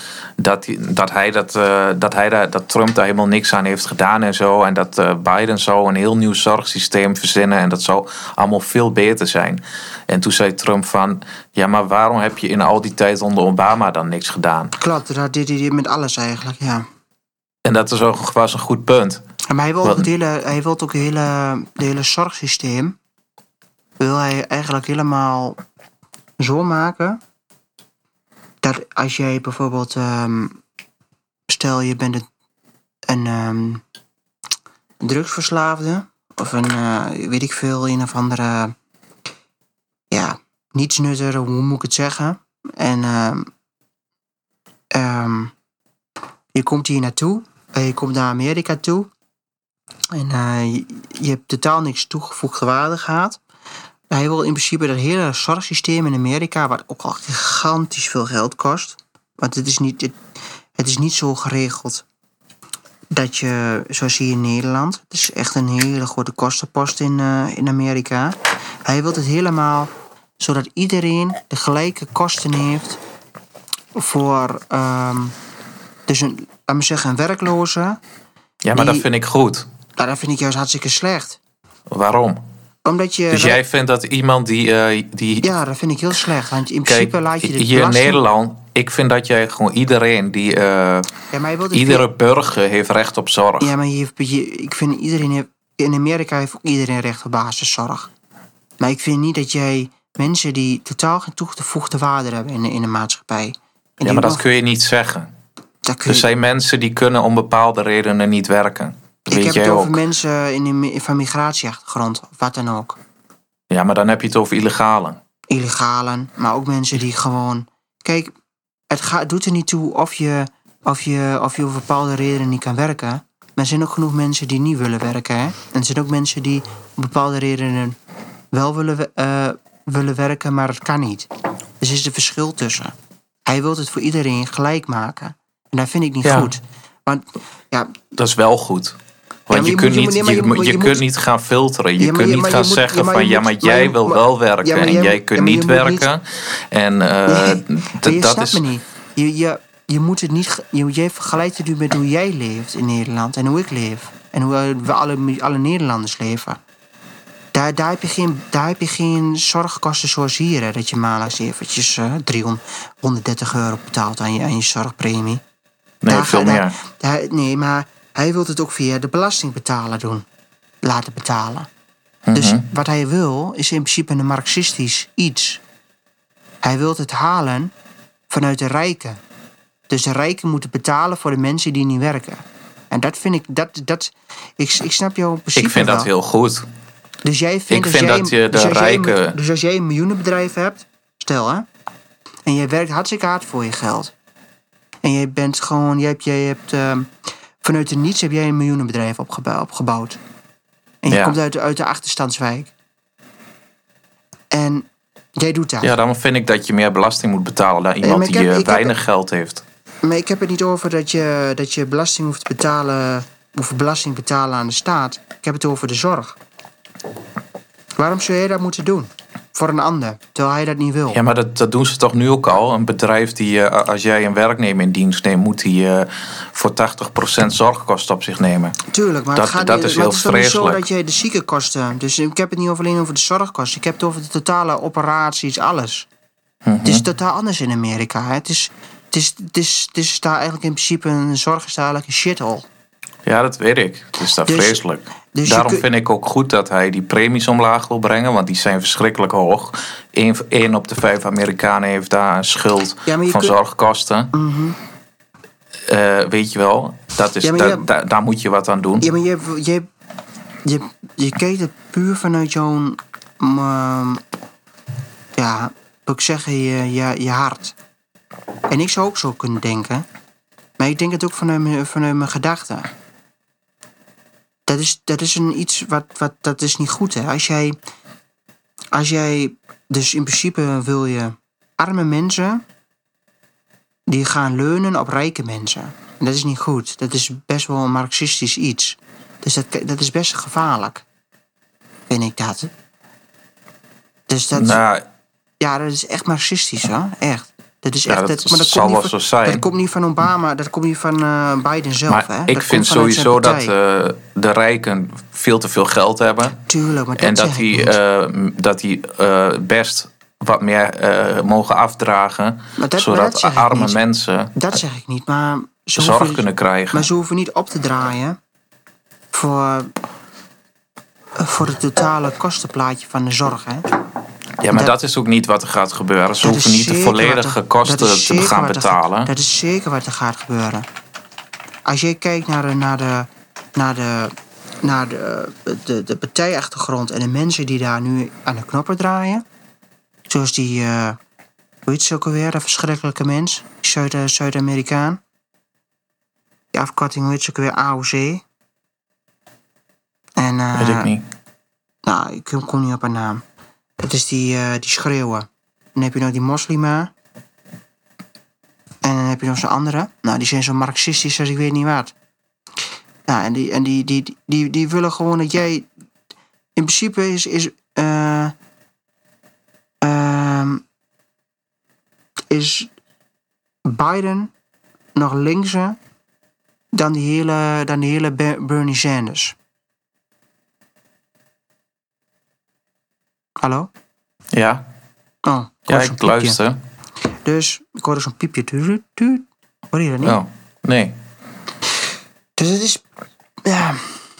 dat Trump daar helemaal niks aan heeft gedaan en zo. En dat Biden zou een heel nieuw zorgsysteem verzinnen en dat zou allemaal veel beter zijn. En toen zei Trump van, ja, maar waarom heb je in al die tijd onder Obama dan niks gedaan? Klopt, dat deed hij met alles eigenlijk, ja. En dat was een goed punt. Maar hij wil ook het hele zorgsysteem wil hij eigenlijk helemaal zo maken dat als jij bijvoorbeeld stel je bent een drugsverslaafde of een of andere nietsnutter, hoe moet ik het zeggen? En je komt hier naartoe, je komt naar Amerika toe en je hebt totaal niks toegevoegde waarde gehad. Hij wil in principe dat hele zorgsysteem in Amerika, wat ook al gigantisch veel geld kost. Want het is niet zo geregeld dat je, zoals hier in Nederland, het is echt een hele grote kostenpost in Amerika. Hij wil het helemaal zodat iedereen de gelijke kosten heeft voor een werkloze. Ja, maar dat vind ik goed. Nou, dat vind ik juist hartstikke slecht. Waarom? Omdat dus jij vindt dat iemand die... Ja, dat vind ik heel slecht. Want in principe laat je de hier in Nederland, ik vind dat jij gewoon iedereen iedere burger heeft recht op zorg. Ja, maar ik vind in Amerika heeft ook iedereen recht op basiszorg. Maar ik vind niet dat jij mensen die totaal geen toegevoegde waarde hebben in de maatschappij. Ja, maar dat kun je niet zeggen. Er zijn mensen die kunnen om bepaalde redenen niet werken. Ik heb het over mensen van migratieachtergrond, of wat dan ook. Ja, maar dan heb je het over illegalen. Illegalen, maar ook mensen die gewoon... Kijk, het doet er niet toe of je over bepaalde redenen niet kan werken. Maar er zijn ook genoeg mensen die niet willen werken. Hè? En er zijn ook mensen die om bepaalde redenen wel willen werken, maar dat kan niet. Dus er is een verschil tussen. Hij wil het voor iedereen gelijk maken. En dat vind ik niet goed. Want, dat is wel goed. Want je kunt niet gaan filteren. Je kunt niet gaan zeggen van... jij wil wel werken en jij kunt niet werken. En dat is... me niet. Je moet het niet... Jij vergelijkt het nu met hoe jij leeft in Nederland. En hoe ik leef. En hoe we alle Nederlanders leven. Daar heb je geen zorgkosten zoals hier. Hè, dat je maandelijks eventjes 130 euro betaalt aan je zorgpremie. Nee, veel meer. Nee, maar... Hij wil het ook via de belastingbetaler laten betalen. Dus wat hij wil, is in principe een marxistisch iets. Hij wil het halen vanuit de rijken. Dus de rijken moeten betalen voor de mensen die niet werken. En dat vind ik... Ik snap jouw principe Ik vind dat heel goed. Dus jij vindt... Dus als jij een miljoenenbedrijf hebt... Stel, hè? En jij werkt hartstikke hard voor je geld. En jij bent gewoon... Jij hebt vanuit de niets heb jij een miljoenenbedrijf opgebouwd. En je komt uit de achterstandswijk. En jij doet dat. Ja, dan vind ik dat je meer belasting moet betalen dan iemand die weinig geld heeft. Maar ik heb het niet over dat je belasting hoeft te betalen... hoeft belasting te betalen aan de staat. Ik heb het over de zorg. Waarom zou jij dat moeten doen? Voor een ander, terwijl hij dat niet wil. Ja, maar dat doen ze toch nu ook al? Een bedrijf die, als jij een werknemer in dienst neemt... moet die voor 80% zorgkosten op zich nemen. Tuurlijk, maar dat het gaat is niet, heel maar het is toch niet zo vreselijk. dat jij de ziekenkosten... Dus ik heb het niet alleen over de zorgkosten. Ik heb het over de totale operaties, alles. Het is totaal anders in Amerika. Hè. Het is daar eigenlijk in principe een zorg is daar eigenlijk een shithole. Ja, dat weet ik. Het is daar Dus- vreselijk. dus Daarom vind ik ook goed dat hij die premies omlaag wil brengen. Want die zijn verschrikkelijk hoog. 1 op de 5 Amerikanen heeft daar een schuld Ja, maar je van kunt- zorgkosten. Weet je wel, dat is, Ja, maar daar moet je wat aan doen. Ja, maar je kijkt het puur vanuit jouw... ja, wil ik zeggen, je hart. En ik zou ook zo kunnen denken. Maar ik denk het ook vanuit mijn gedachten. Dat is iets wat dat is niet goed, hè. Als jij... Dus in principe wil je arme mensen... die gaan leunen op rijke mensen. En dat is niet goed. Dat is best wel een marxistisch iets. Dus dat is best gevaarlijk. Vind ik dat. Dus dat... Nou, Ja, dat is echt marxistisch, hoor. Echt. Dat is Ja, echt... dat maar dat zal komt wel niet zo van, zijn. Dat komt niet van Obama, dat komt niet van Biden zelf, maar hè. ik Dat vind komt vanuit zijn sowieso dat partij. de rijken veel te veel geld hebben. Tuurlijk, maar En dat dat die best wat meer mogen afdragen. Maar dat zodat zeg ik arme niet. mensen Dat zeg ik niet, maar... zorg kunnen krijgen. Maar ze hoeven niet op te draaien... voor het totale kostenplaatje van de zorg, hè. Ja, maar dat is ook niet wat er gaat gebeuren. Ze Dat hoeven is niet de zeker volledige wat er- kosten dat is te zeker gaan wat er betalen. Dat is zeker wat er gaat gebeuren. Als je kijkt naar de partijachtergrond en de mensen die daar nu aan de knoppen draaien. Zoals die, hoe heet ze ook alweer, dat verschrikkelijke mens. Die Zuid-Amerikaan. Die afkorting, hoe heet ze ook alweer, AOC. En, Weet ik niet. Nou, ik kom niet op haar naam. Dat is die schreeuwen. Dan heb je nog die moslima. En dan heb je nog zo'n andere. Nou, die zijn zo marxistisch als ik weet niet wat. Nou, en die willen gewoon dat jij... In principe is Biden nog linkser dan die hele Bernie Sanders. Hallo? Ja, Oh, ja zo'n ik piepje. luister. Dus ik hoorde zo'n piepje. Tuut, tuut. Hoor je dat niet? Oh, nee. Dus het is... Ja...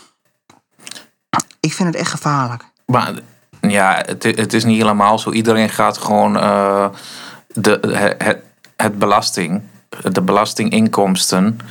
Ik vind het echt gevaarlijk. Maar ja, het is niet helemaal zo. Iedereen gaat gewoon het belasting, de belastinginkomsten,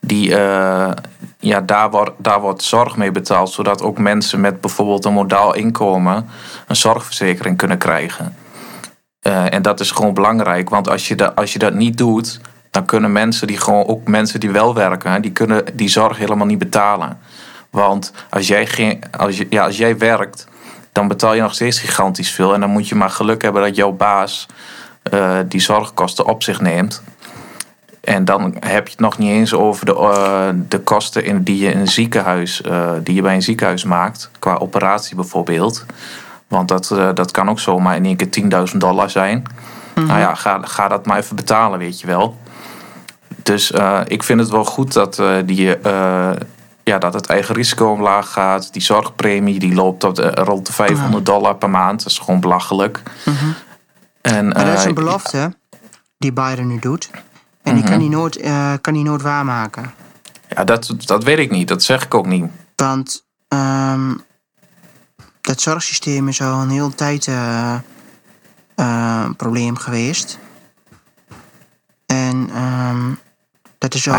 daar wordt zorg mee betaald, zodat ook mensen met bijvoorbeeld een modaal inkomen een zorgverzekering kunnen krijgen. En dat is gewoon belangrijk, want als je dat niet doet, dan kunnen mensen die wel werken, die kunnen die zorg helemaal niet betalen. Want als jij werkt, dan betaal je nog steeds gigantisch veel. En dan moet je maar geluk hebben dat jouw baas die zorgkosten op zich neemt. En dan heb je het nog niet eens over de kosten die je in een ziekenhuis, die je bij een ziekenhuis maakt, qua operatie bijvoorbeeld. Want dat kan ook zomaar in één keer $10.000 zijn. Mm-hmm. Nou ja, ga dat maar even betalen, weet je wel. Dus ik vind het wel goed dat dat het eigen risico omlaag gaat. Die zorgpremie die loopt tot rond de $500 per maand. Dat is gewoon belachelijk. Mm-hmm. Maar dat is een belofte die Biden nu doet. En die kan hij nooit waarmaken. Ja, dat weet ik niet. Dat zeg ik ook niet. Want dat zorgsysteem is al een hele tijd een probleem geweest. En dat is al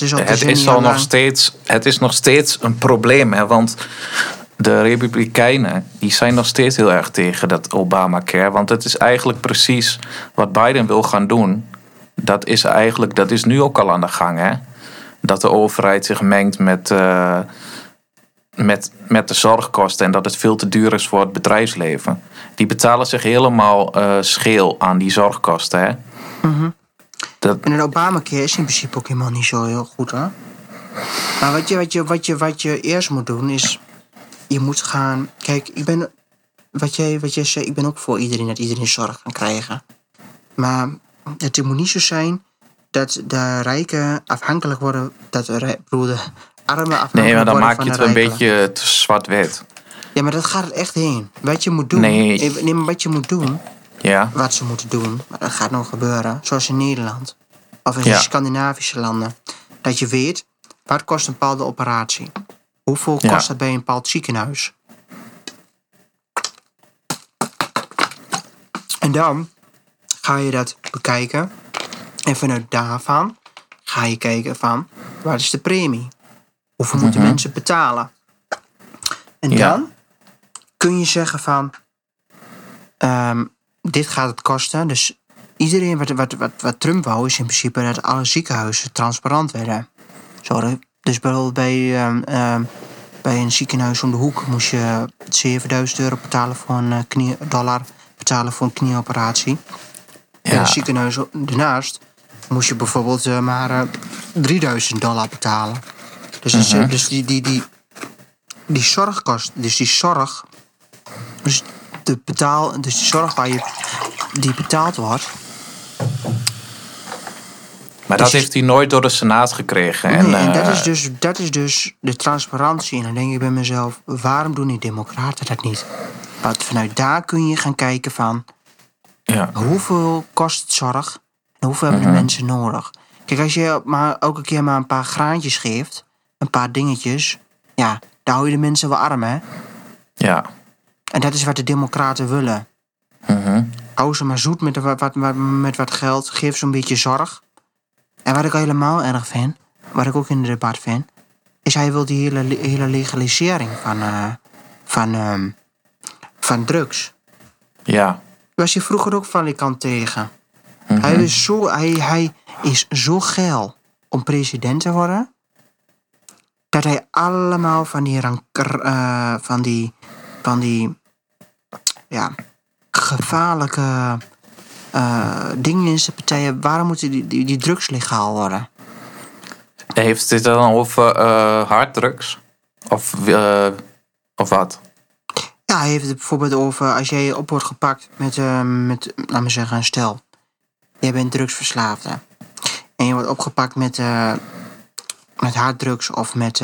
Het is nog steeds een probleem, hè, want de Republikeinen die zijn nog steeds heel erg tegen dat Obamacare. Want het is eigenlijk precies wat Biden wil gaan doen. Dat is nu ook al aan de gang, hè? Dat de overheid zich mengt met de zorgkosten en dat het veel te duur is voor het bedrijfsleven. Die betalen zich helemaal scheel aan die zorgkosten, hè? Mm-hmm. En een Obamacare is in principe ook helemaal niet zo heel goed, hè? Maar wat je eerst moet doen is... Je moet gaan... Kijk, wat jij zei, ik ben ook voor iedereen dat iedereen zorg kan krijgen. Maar het moet niet zo zijn dat de rijken afhankelijk worden... de armen afhankelijk worden van de rijken. Nee, maar dan maak je het een beetje te zwart-wit. Ja, maar dat gaat het echt heen. Wat je moet doen... Nee, maar wat je moet doen... Ja. Wat ze moeten doen, maar dat gaat nog gebeuren. Zoals in Nederland. Of in de Scandinavische landen. Dat je weet, wat kost een bepaalde operatie? Hoeveel kost dat bij een bepaald ziekenhuis? En dan ga je dat bekijken. En vanuit daarvan ga je kijken van, wat is de premie? Hoeveel moeten mensen betalen? En dan kun je zeggen van... dit gaat het kosten. Dus iedereen wat Trump wou... is in principe dat alle ziekenhuizen transparant werden. Zo, dus bijvoorbeeld bij een ziekenhuis om de hoek... moest je €7.000 betalen voor een dollar betalen voor een knieoperatie. Ja. En een ziekenhuis ernaast moest je bijvoorbeeld maar $3.000 betalen. Dus die zorgkost, dus die zorg... Dus die zorg die betaald wordt. Maar dat heeft hij nooit door de Senaat gekregen. Nee, en dat is dus de transparantie. En dan denk ik bij mezelf, waarom doen die democraten dat niet? Want vanuit daar kun je gaan kijken van... hoeveel kost zorg en hoeveel hebben de mensen nodig? Kijk, als je maar elke keer maar een paar graantjes geeft... een paar dingetjes... ja, daar hou je de mensen wel arm, hè? Ja. En dat is wat de democraten willen. Hou ze maar zoet met wat geld. Geef ze een beetje zorg. En wat ik helemaal erg vind... wat ik ook in het debat vind... is hij wil die hele legalisering van drugs. Ja. Was je vroeger ook van die kant tegen. Hij is zo geil om president te worden... dat hij allemaal van die gevaarlijke dingen in zijn partijen... waarom moeten die drugs legaal worden? Heeft dit dan over harddrugs? Of wat? Ja, hij heeft het bijvoorbeeld over... als jij op wordt gepakt met laat me zeggen, een stel. Jij bent drugsverslaafde. En je wordt opgepakt met harddrugs of met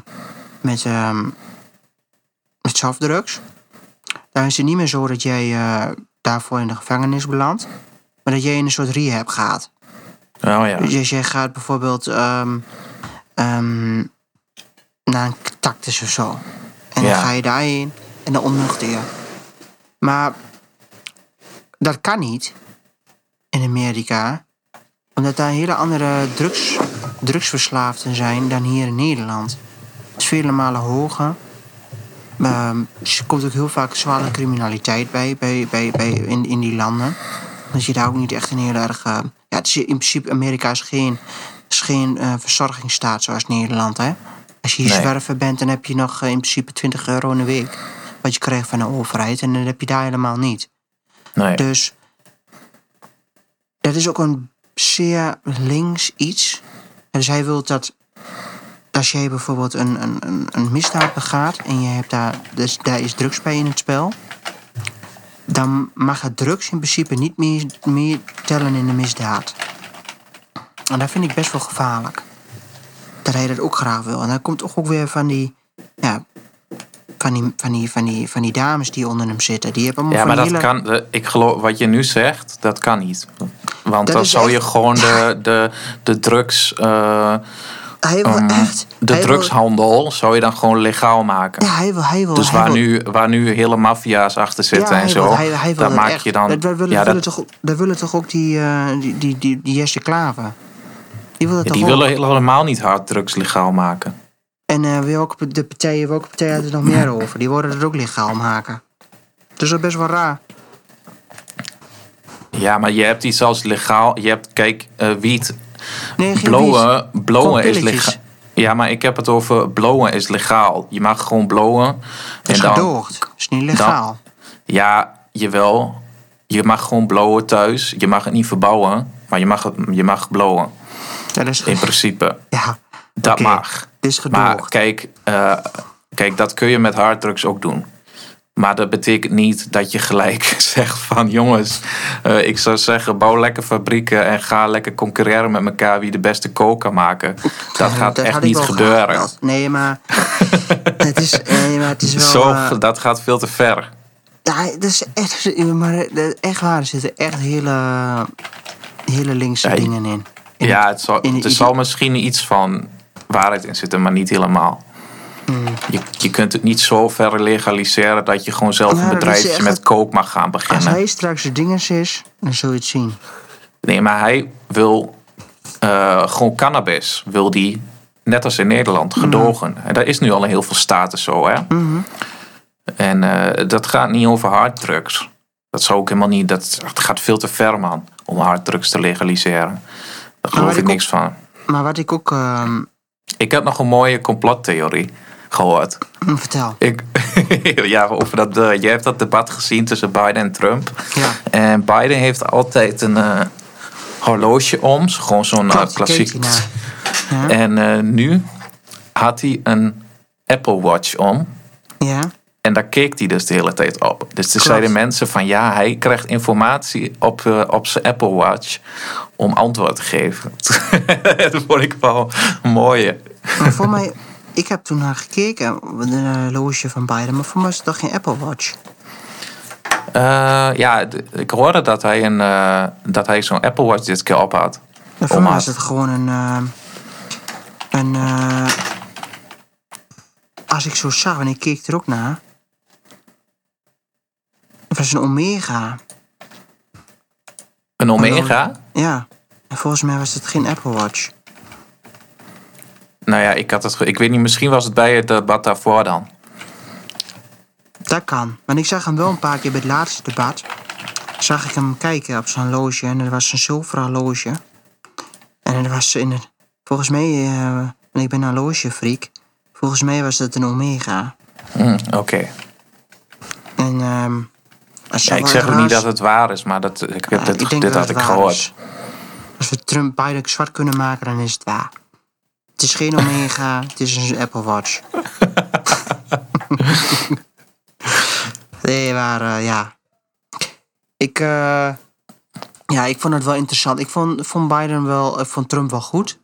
softdrugs. Dan is het niet meer zo dat jij daarvoor in de gevangenis belandt... maar dat jij in een soort rehab gaat. Oh ja. Dus jij gaat bijvoorbeeld naar een tactus of zo. En dan ga je daarheen en dan onnuchter je. Maar dat kan niet in Amerika... omdat daar hele andere drugsverslaafden zijn dan hier in Nederland. Het is vele malen hoger... er komt ook heel vaak zware criminaliteit bij in die landen. Dat je daar ook niet echt een heel erg... het is in principe, Amerika is geen verzorgingsstaat zoals Nederland. Hè? Als je hier zwerver bent, dan heb je nog in principe €20 in de week. Wat je krijgt van de overheid. En dat heb je daar helemaal niet. Nee. Dus dat is ook een zeer links iets. Dus hij wil dat... Als jij bijvoorbeeld een misdaad begaat en je hebt daar is drugs bij in het spel... dan mag het drugs in principe niet meer tellen in de misdaad. En dat vind ik best wel gevaarlijk. Dat hij dat ook graag wil. En dan komt ook weer van die dames die onder hem zitten. Die hebben ja, maar dat kan... Ik geloof, wat je nu zegt, dat kan niet. Want dan zou je gewoon de drugs... Hij wil echt... De drugshandel zou je dan gewoon legaal maken. Ja, hij wil. Dus waar nu hele maffia's achter zitten en zo. Dat maak je dan... Dat willen toch ook die Jesse Klaver. Die willen helemaal niet harddrugs legaal maken. En welke partij had het nog meer over? Die worden het ook legaal maken. Dat is wel best wel raar. Ja, maar je hebt iets als legaal... Je hebt, kijk, wiet... Nee, blowen is legaal. Ja, maar ik heb het over blowen is legaal. Je mag gewoon blowen. Dat is gedoogd. Dat is niet legaal. Ja, jawel. Je mag gewoon blowen thuis. Je mag het niet verbouwen. Maar je mag blowen. Ja, dat is In principe. Ja. Dat Oké, mag. dit is Maar gedoogd. kijk, dat kun je met harddrugs ook doen. Maar dat betekent niet dat je gelijk zegt van... jongens, ik zou zeggen, bouw lekker fabrieken... en ga lekker concurreren met elkaar wie de beste coke kan maken. Dat gaat echt niet gebeuren. Nee, maar het is wel... Dat gaat veel te ver. Ja, dat is echt... Maar echt waar, er zitten echt hele linkse dingen in. Ja, er zal misschien iets van waarheid in zitten, maar niet helemaal. Je kunt het niet zo ver legaliseren dat je gewoon zelf een bedrijfje met coke mag gaan beginnen. Als hij straks de dinges is, dan zul je het zien. Nee, maar hij wil gewoon cannabis. Wil die, net als in Nederland, gedogen. En dat is nu al in heel veel staten zo, hè. En dat gaat niet over harddrugs. Dat zou ook helemaal niet... Het gaat veel te ver, man, om harddrugs te legaliseren. Daar geloof ik niks van. Maar wat ik ook... Ik heb nog een mooie complottheorie gehoord. Vertel. Ja, over dat... Jij hebt dat debat gezien tussen Biden en Trump. Ja. En Biden heeft altijd een horloge om. Gewoon zo'n klassiek... Ja. En nu had hij een Apple Watch om. Ja. En daar keek hij dus de hele tijd op. Dus toen zeiden mensen van... ja, hij krijgt informatie op zijn Apple Watch... om antwoord te geven. Dat vond ik wel mooi. Maar voor mij... Ik heb toen naar gekeken, een horloge van Biden... maar voor mij is het toch geen Apple Watch? Ik hoorde dat hij zo'n Apple Watch dit keer op had. Voor mij is het gewoon als ik zo zag, en ik keek er ook naar... Het was een Omega. Een Omega? Ja. En volgens mij was het geen Apple Watch. Nou ja, ik weet niet, misschien was het bij het debat daarvoor dan. Dat kan. Maar ik zag hem wel een paar keer bij het laatste debat. Zag ik hem kijken op zijn horloge. En er was een zilveren horloge. En er was volgens mij... en ik ben een horlogefreak. Volgens mij was het een Omega. Oké. En... ik zeg ook niet dat het waar is, maar dit had ik gehoord. Als we Trump Biden zwart kunnen maken, dan is het waar. Het is geen Omega, het is een Apple Watch. Nee, maar ja. Ik vond het wel interessant. Ik vond Biden wel, ik vond Trump wel goed.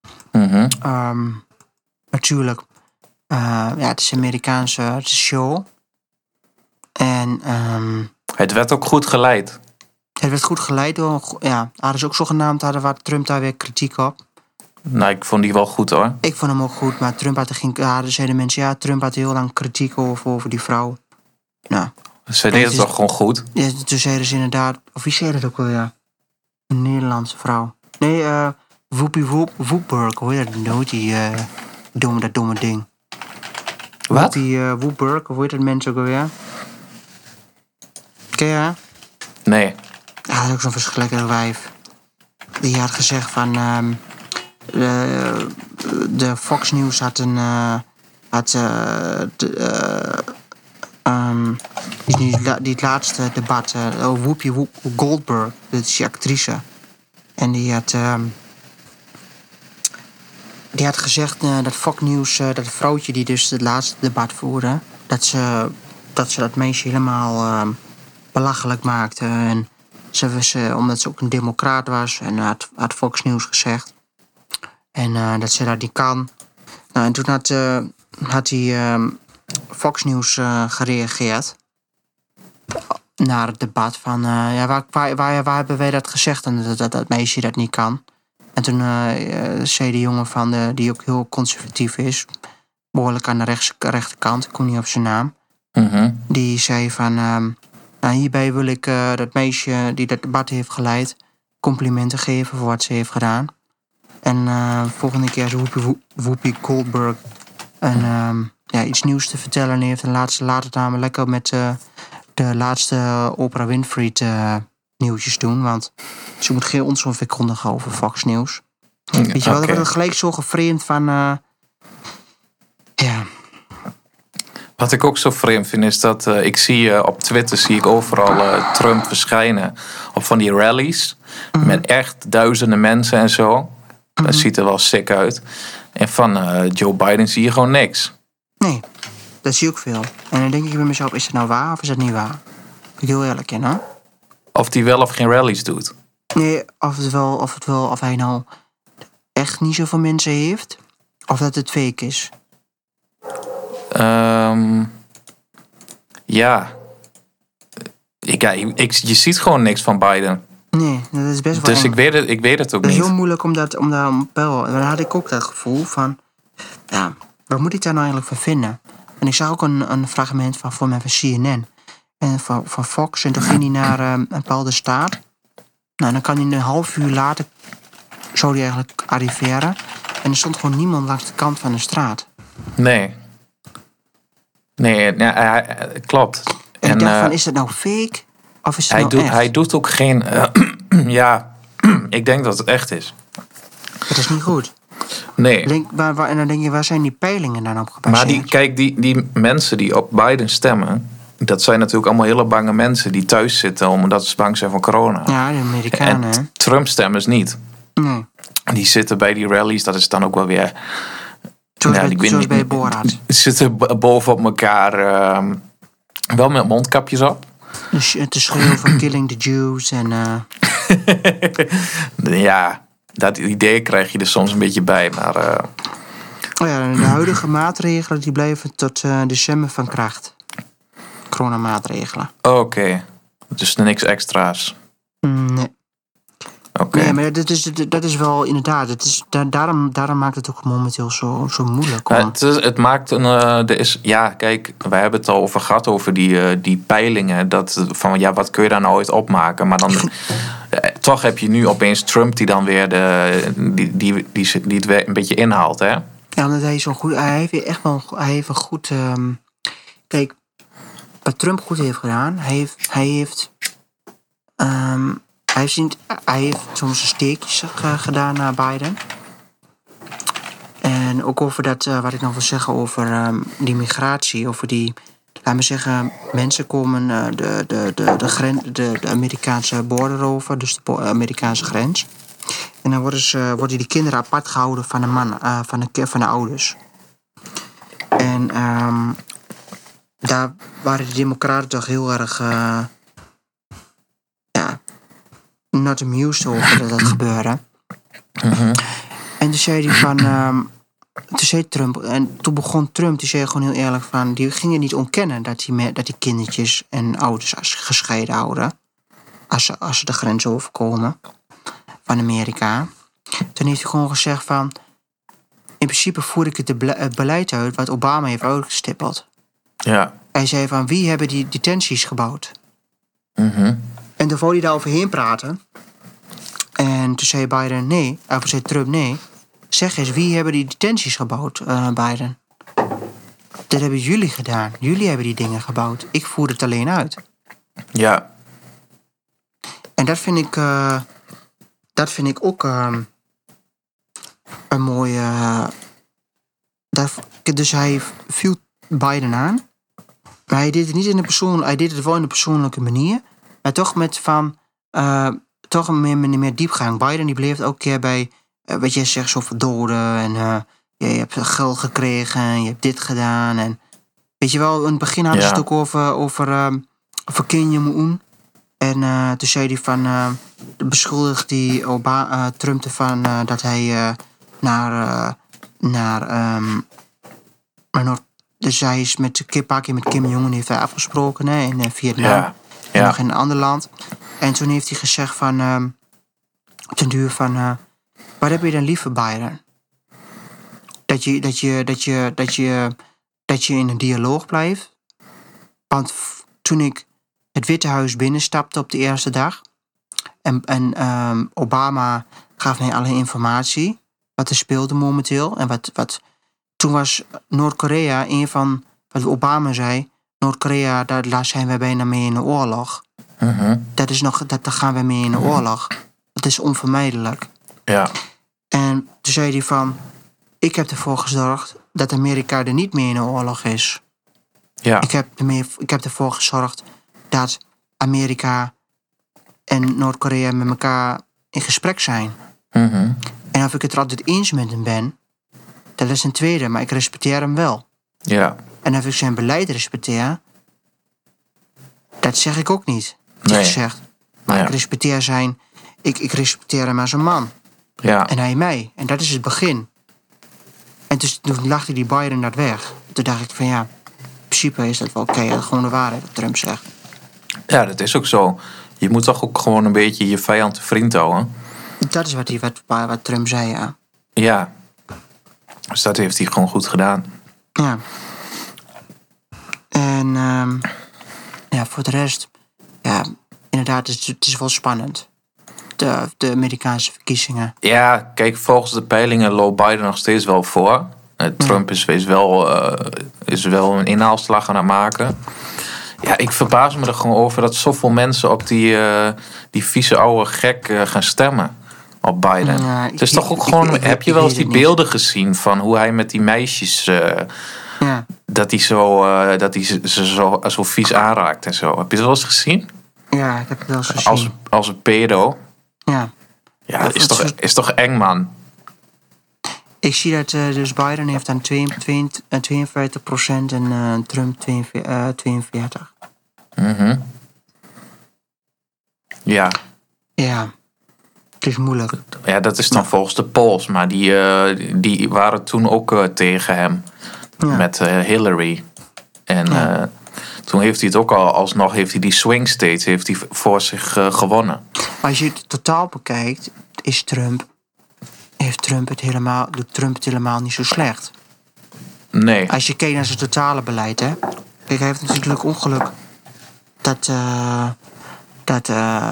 Natuurlijk. Het is Amerikaanse show. En... het werd ook goed geleid. Het werd goed geleid door... Ja, hadden ze ook zogenaamd waar Trump daar weer kritiek op. Nou, ik vond die wel goed, hoor. Ik vond hem ook goed, maar Trump had er geen... zeiden mensen, Trump had heel lang kritiek over die vrouw. Nou. Ze deed het toch gewoon goed? Ja, toen zeiden ze inderdaad... Of wie zei dat ook wel, ja? Een Nederlandse vrouw. Nee, Whoopi Woodburg, hoor je dat nooit? Dat domme ding. Wat? Whoopi Woodburg, hoe heet dat mensen ook alweer? Ken je haar? Nee. Ja, dat is ook zo'n verschrikkelijke wijf. Die had gezegd van... de Fox News had die laatste debat... Whoopi Goldberg, dat is die actrice. En die had gezegd dat Fox News... dat vrouwtje die dus het laatste debat voerde... dat ze dat meisje helemaal... belachelijk maakte. En omdat ze ook een democraat was. En had Fox News gezegd. En dat ze dat niet kan. Nou, en toen had die Fox News gereageerd. Naar het debat van... waar hebben wij dat gezegd? En dat meisje dat niet kan. En toen zei die jongen van... die ook heel conservatief is. Behoorlijk aan de rechterkant. Ik kom niet op zijn naam. Die zei van... hierbij wil ik dat meisje die dat debat heeft geleid... complimenten geven voor wat ze heeft gedaan. En volgende keer is Whoopi Goldberg... iets nieuws te vertellen. En heeft laat het namelijk lekker met de laatste Oprah Winfrey nieuwtjes doen. Want ze moet geen ons verkondigen over Fox News. Weet je wel, dat wordt gelijk zo gevreemd van... Wat ik ook zo vreemd vind is dat ik zie op Twitter zie ik overal Trump verschijnen op van die rallies met echt duizenden mensen en zo. Dat ziet er wel sick uit. En van Joe Biden zie je gewoon niks. Nee, dat zie ik ook veel. En dan denk ik bij mezelf, is het nou waar of is het niet waar? Ben ik heel eerlijk in, hè? Of die wel of geen rallies doet. Nee, of hij nou echt niet zoveel mensen heeft, of dat het fake is. Ja. Je ziet gewoon niks van Biden. Nee, dat is best wel Dus eng. ik weet het ook Het is niet. heel moeilijk om daar een pijl. Dan had ik ook dat gevoel van, ja, wat moet ik daar nou eigenlijk van vinden? En ik zag ook een fragment van CNN en van Fox. En toen ging hij naar een bepaalde staat. Nou, dan kan hij een half uur later, zou hij eigenlijk arriveren. En er stond gewoon niemand langs de kant van de straat. Nee, klopt. En ik dacht van, is het nou fake? Of is het nou echt? Hij doet ook geen... ik denk dat het echt is. Dat is niet goed. Nee. En dan denk je, waar zijn die peilingen dan op gebaseerd? Maar die mensen die op Biden stemmen... dat zijn natuurlijk allemaal hele bange mensen die thuis zitten... omdat ze bang zijn voor corona. Ja, de Amerikanen. En Trump-stemmers niet. Nee. Die zitten bij die rallies, dat is dan ook wel weer... Zoals bij Borat. Zitten boven op elkaar... wel met mondkapjes op. Dus te schreeuwen van killing the Jews en... Ja, dat idee krijg je er soms een beetje bij, maar... Oh ja, de huidige maatregelen die blijven tot december van kracht. Coronamaatregelen. Oké. Dus niks extra's. Nee. Oké. Nee, maar dat is wel inderdaad... Daarom maakt het ook momenteel zo moeilijk. Het maakt kijk, wij hebben het al over gehad, over die peilingen. Van, ja, wat kun je daar nou ooit opmaken? Maar dan... toch heb je nu opeens Trump die dan weer die het weer een beetje inhaalt, hè? Ja, omdat hij zo goed... Hij heeft een goed... kijk, wat Trump goed heeft gedaan... Hij heeft soms een steekjes gedaan naar Biden. En ook over dat, wat ik nog wil zeggen over die migratie. Over die, laat me zeggen, mensen komen de Amerikaanse border over. Dus de Amerikaanse grens. En dan worden die kinderen apart gehouden van de man, van de ouders. En daar waren de democraten toch heel erg... not amused over dat gebeurde. En toen zei hij van... toen zei Trump... En toen begon Trump, die zei gewoon heel eerlijk van... Die ging het niet ontkennen dat die kindertjes en ouders gescheiden houden. Als ze de grens overkomen. Van Amerika. Toen heeft hij gewoon gezegd van... In principe voer ik het beleid uit wat Obama heeft uitgestippeld. Ja. Hij zei van, wie hebben die detenties gebouwd? En toen wou hij daar overheen praten. En toen zei Biden nee. Of zei Trump nee. Zeg eens, wie hebben die detenties gebouwd, Biden? Dat hebben jullie gedaan. Jullie hebben die dingen gebouwd. Ik voer het alleen uit. Ja. En dat vind ik ook een mooie... Dus hij viel Biden aan. Maar hij deed het niet hij deed het wel in een persoonlijke manier. Maar toch met van... toch een meer diepgang. Biden die bleef elke keer bij... wat jij zegt, zo voor doden. En je hebt geld gekregen. En je hebt dit gedaan. En weet je wel, in het begin hadden ze het ook over Kim Jong-un. En toen zei hij van... beschuldigd die Trump ervan dat hij dus hij is een paar keer met Kim Jong-un heeft hij afgesproken, hè, in Vietnam. Ja. En nog in een ander land. En toen heeft hij gezegd van... ten duur van... wat heb je dan liever, Biden? Dat je in een dialoog blijft. Want toen ik het Witte Huis binnenstapte op de eerste dag... en Obama gaf mij alle informatie... wat er speelde momenteel. En wat toen was Noord-Korea een van... wat Obama zei... Noord-Korea, daar zijn we bijna mee in de oorlog. Daar gaan we mee in de oorlog. Dat is onvermijdelijk. Ja. En toen zei hij van... ik heb ervoor gezorgd dat Amerika er niet meer in de oorlog is. Ja. Ik heb ervoor gezorgd dat Amerika en Noord-Korea met elkaar in gesprek zijn. Mm-hmm. En of ik het er altijd eens met hem ben, dat is een tweede, maar ik respecteer hem wel. Ja. En of ik zijn beleid respecteer, dat zeg ik ook niet. Nee. Gezegd. Maar ik respecteer ik respecteer hem als een man. Ja. En hij mij. En dat is het begin. En toen lachte die Biden dat weg. Toen dacht ik van ja, in principe is dat wel oké. Dat is gewoon de waarheid wat Trump zegt. Ja, dat is ook zo. Je moet toch ook gewoon een beetje je vijand te vriend houden. Dat is wat Trump zei, ja. Ja. Dus dat heeft hij gewoon goed gedaan. Ja. En voor de rest, ja, inderdaad, het is wel spannend. De Amerikaanse verkiezingen. Ja, kijk, volgens de peilingen loopt Biden nog steeds wel voor. Trump is wel een inhaalslag aan het maken. Ja, ik verbaas me er gewoon over dat zoveel mensen op die vieze oude gek gaan stemmen. Op Biden. Ja, het is toch ook gewoon... Heb je wel eens die beelden gezien van hoe hij met die meisjes... dat hij ze zo vies aanraakt en zo. Heb je dat wel eens gezien? Ja, ik heb het wel eens gezien. Als een pedo. Ja. Ja, dat is toch eng, man. Ik zie dat dus Biden heeft aan 52% en Trump 42%. Mhm. Ja. Ja. Het is moeilijk. Ja, dat is dan volgens de polls. Maar die waren toen ook tegen hem. Ja. Met Hillary. En toen heeft hij het ook alsnog... heeft hij die swing states heeft hij voor zich gewonnen. Maar als je het totaal bekijkt... doet Trump het helemaal niet zo slecht. Nee. Als je kijkt naar zijn totale beleid, hè. Kijk, hij heeft natuurlijk ongeluk... dat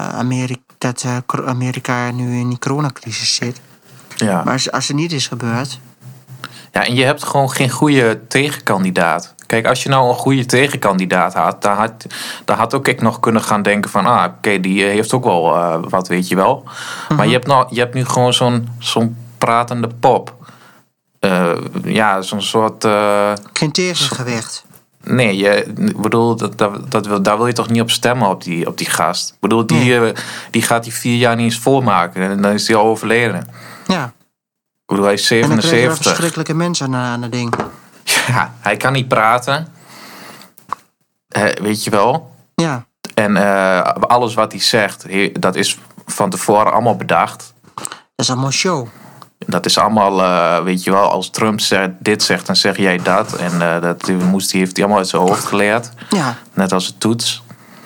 Amerika nu in die coronacrisis zit. Ja. Maar als het niet is gebeurd... Ja, en je hebt gewoon geen goede tegenkandidaat. Kijk, als je nou een goede tegenkandidaat had... dan had ook ik nog kunnen gaan denken van... oké, die heeft ook wel wat, weet je wel. Mm-hmm. Maar je hebt nu gewoon zo'n pratende pop. Zo'n soort... geen tegengewicht. Nee, bedoel, daar wil je toch niet op stemmen op die gast. Ik bedoel, die gaat die 4 jaar niet eens volmaken. En dan is hij al overleden. Ja. Ik bedoel, hij is 77. En dan krijg je verschrikkelijke mensen aan het ding. Ja, hij kan niet praten. Weet je wel? Ja. En alles wat hij zegt, dat is van tevoren allemaal bedacht. Dat is allemaal show. Dat is allemaal, weet je wel, als Trump dit zegt, dan zeg jij dat. En dat heeft hij allemaal uit zijn hoofd geleerd. Ja. Net als het toets.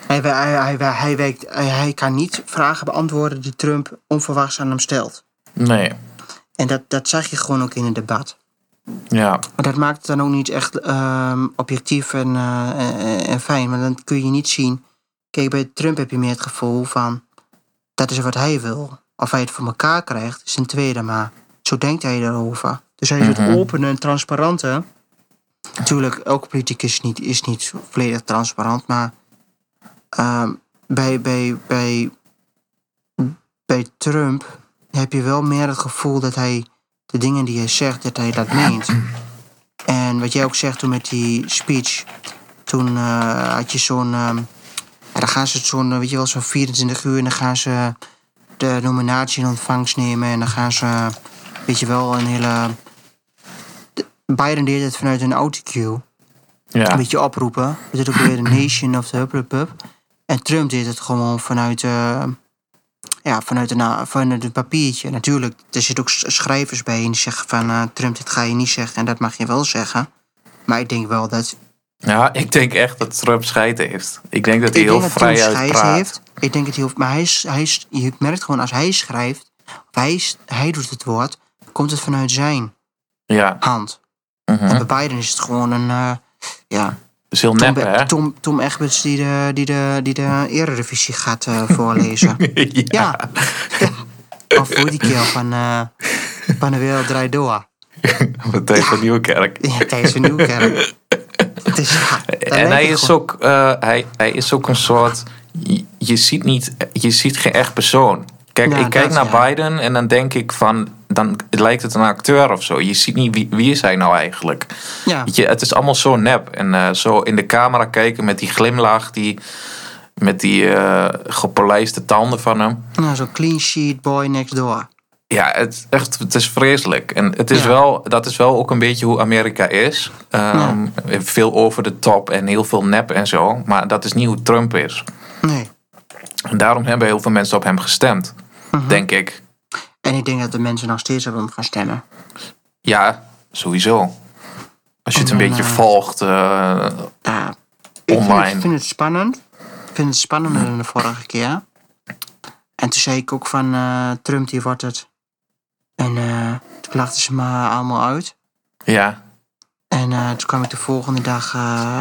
Hij kan niet vragen beantwoorden die Trump onverwachts aan hem stelt. Nee. En dat zag je gewoon ook in het debat. Ja. Maar dat maakt het dan ook niet echt objectief en fijn. Maar dan kun je niet zien... Kijk, bij Trump heb je meer het gevoel van... dat is wat hij wil. Of hij het voor elkaar krijgt, is een tweede. Maar zo denkt hij erover. Dus hij is het opene en transparante. Natuurlijk, elke politicus is niet volledig transparant. Maar bij Trump heb je wel meer het gevoel dat hij... de dingen die hij zegt, dat hij dat meent. En wat jij ook zegt toen met die speech... toen had je zo'n... dan gaan ze zo'n 24 uur... en dan gaan ze de nominatie in ontvangst nemen... en dan gaan ze, weet je wel, een hele... Biden deed het vanuit een autocue. Ja. Een beetje oproepen. We deden ook weer de Nation of the Hupplepup. En Trump deed het gewoon vanuit een papiertje. Natuurlijk, er zitten ook schrijvers bij... en die zeggen van Trump, dit ga je niet zeggen... en dat mag je wel zeggen. Maar ik denk wel dat... Ja, ik denk echt dat Trump scheid heeft. Ik denk dat hij heel vrij uitpraat. Ik denk dat hij... Maar je merkt gewoon, als hij schrijft... of hij doet het woord... komt het vanuit zijn hand. Mm-hmm. En bij Biden is het gewoon een... dat is heel nep, hè? Tom Egberts die de Eredivisie gaat voorlezen. Ja. Of hoe die keer van de wereld draait door. Van Thijs van Nieuwkerk. Ja, Thijs van Nieuwkerk. En hij is ook een soort... Je ziet geen echt persoon. Kijk, ik kijk naar Biden en dan denk ik van... dan lijkt het een acteur of zo. Je ziet niet wie is hij nou eigenlijk. Ja. Weet je, het is allemaal zo nep. En zo in de camera kijken met die glimlach, met die gepolijste tanden van hem. Nou, zo'n clean sheet boy next door. Ja, het is vreselijk. En het is Ja. dat is wel ook een beetje hoe Amerika is. Veel over de top en heel veel nep en zo. Maar dat is niet hoe Trump is. Nee. En daarom hebben heel veel mensen op hem gestemd. Denk ik. En ik denk dat de mensen nog steeds op hem gaan stemmen. Ja, sowieso. Als je het een En, beetje volgt Ja, online. Ik vind het spannend. Ik vind het spannender dan de vorige keer. En toen zei ik ook van Trump, die wordt het. En toen lachten ze me allemaal uit. Ja, En toen kwam ik de volgende dag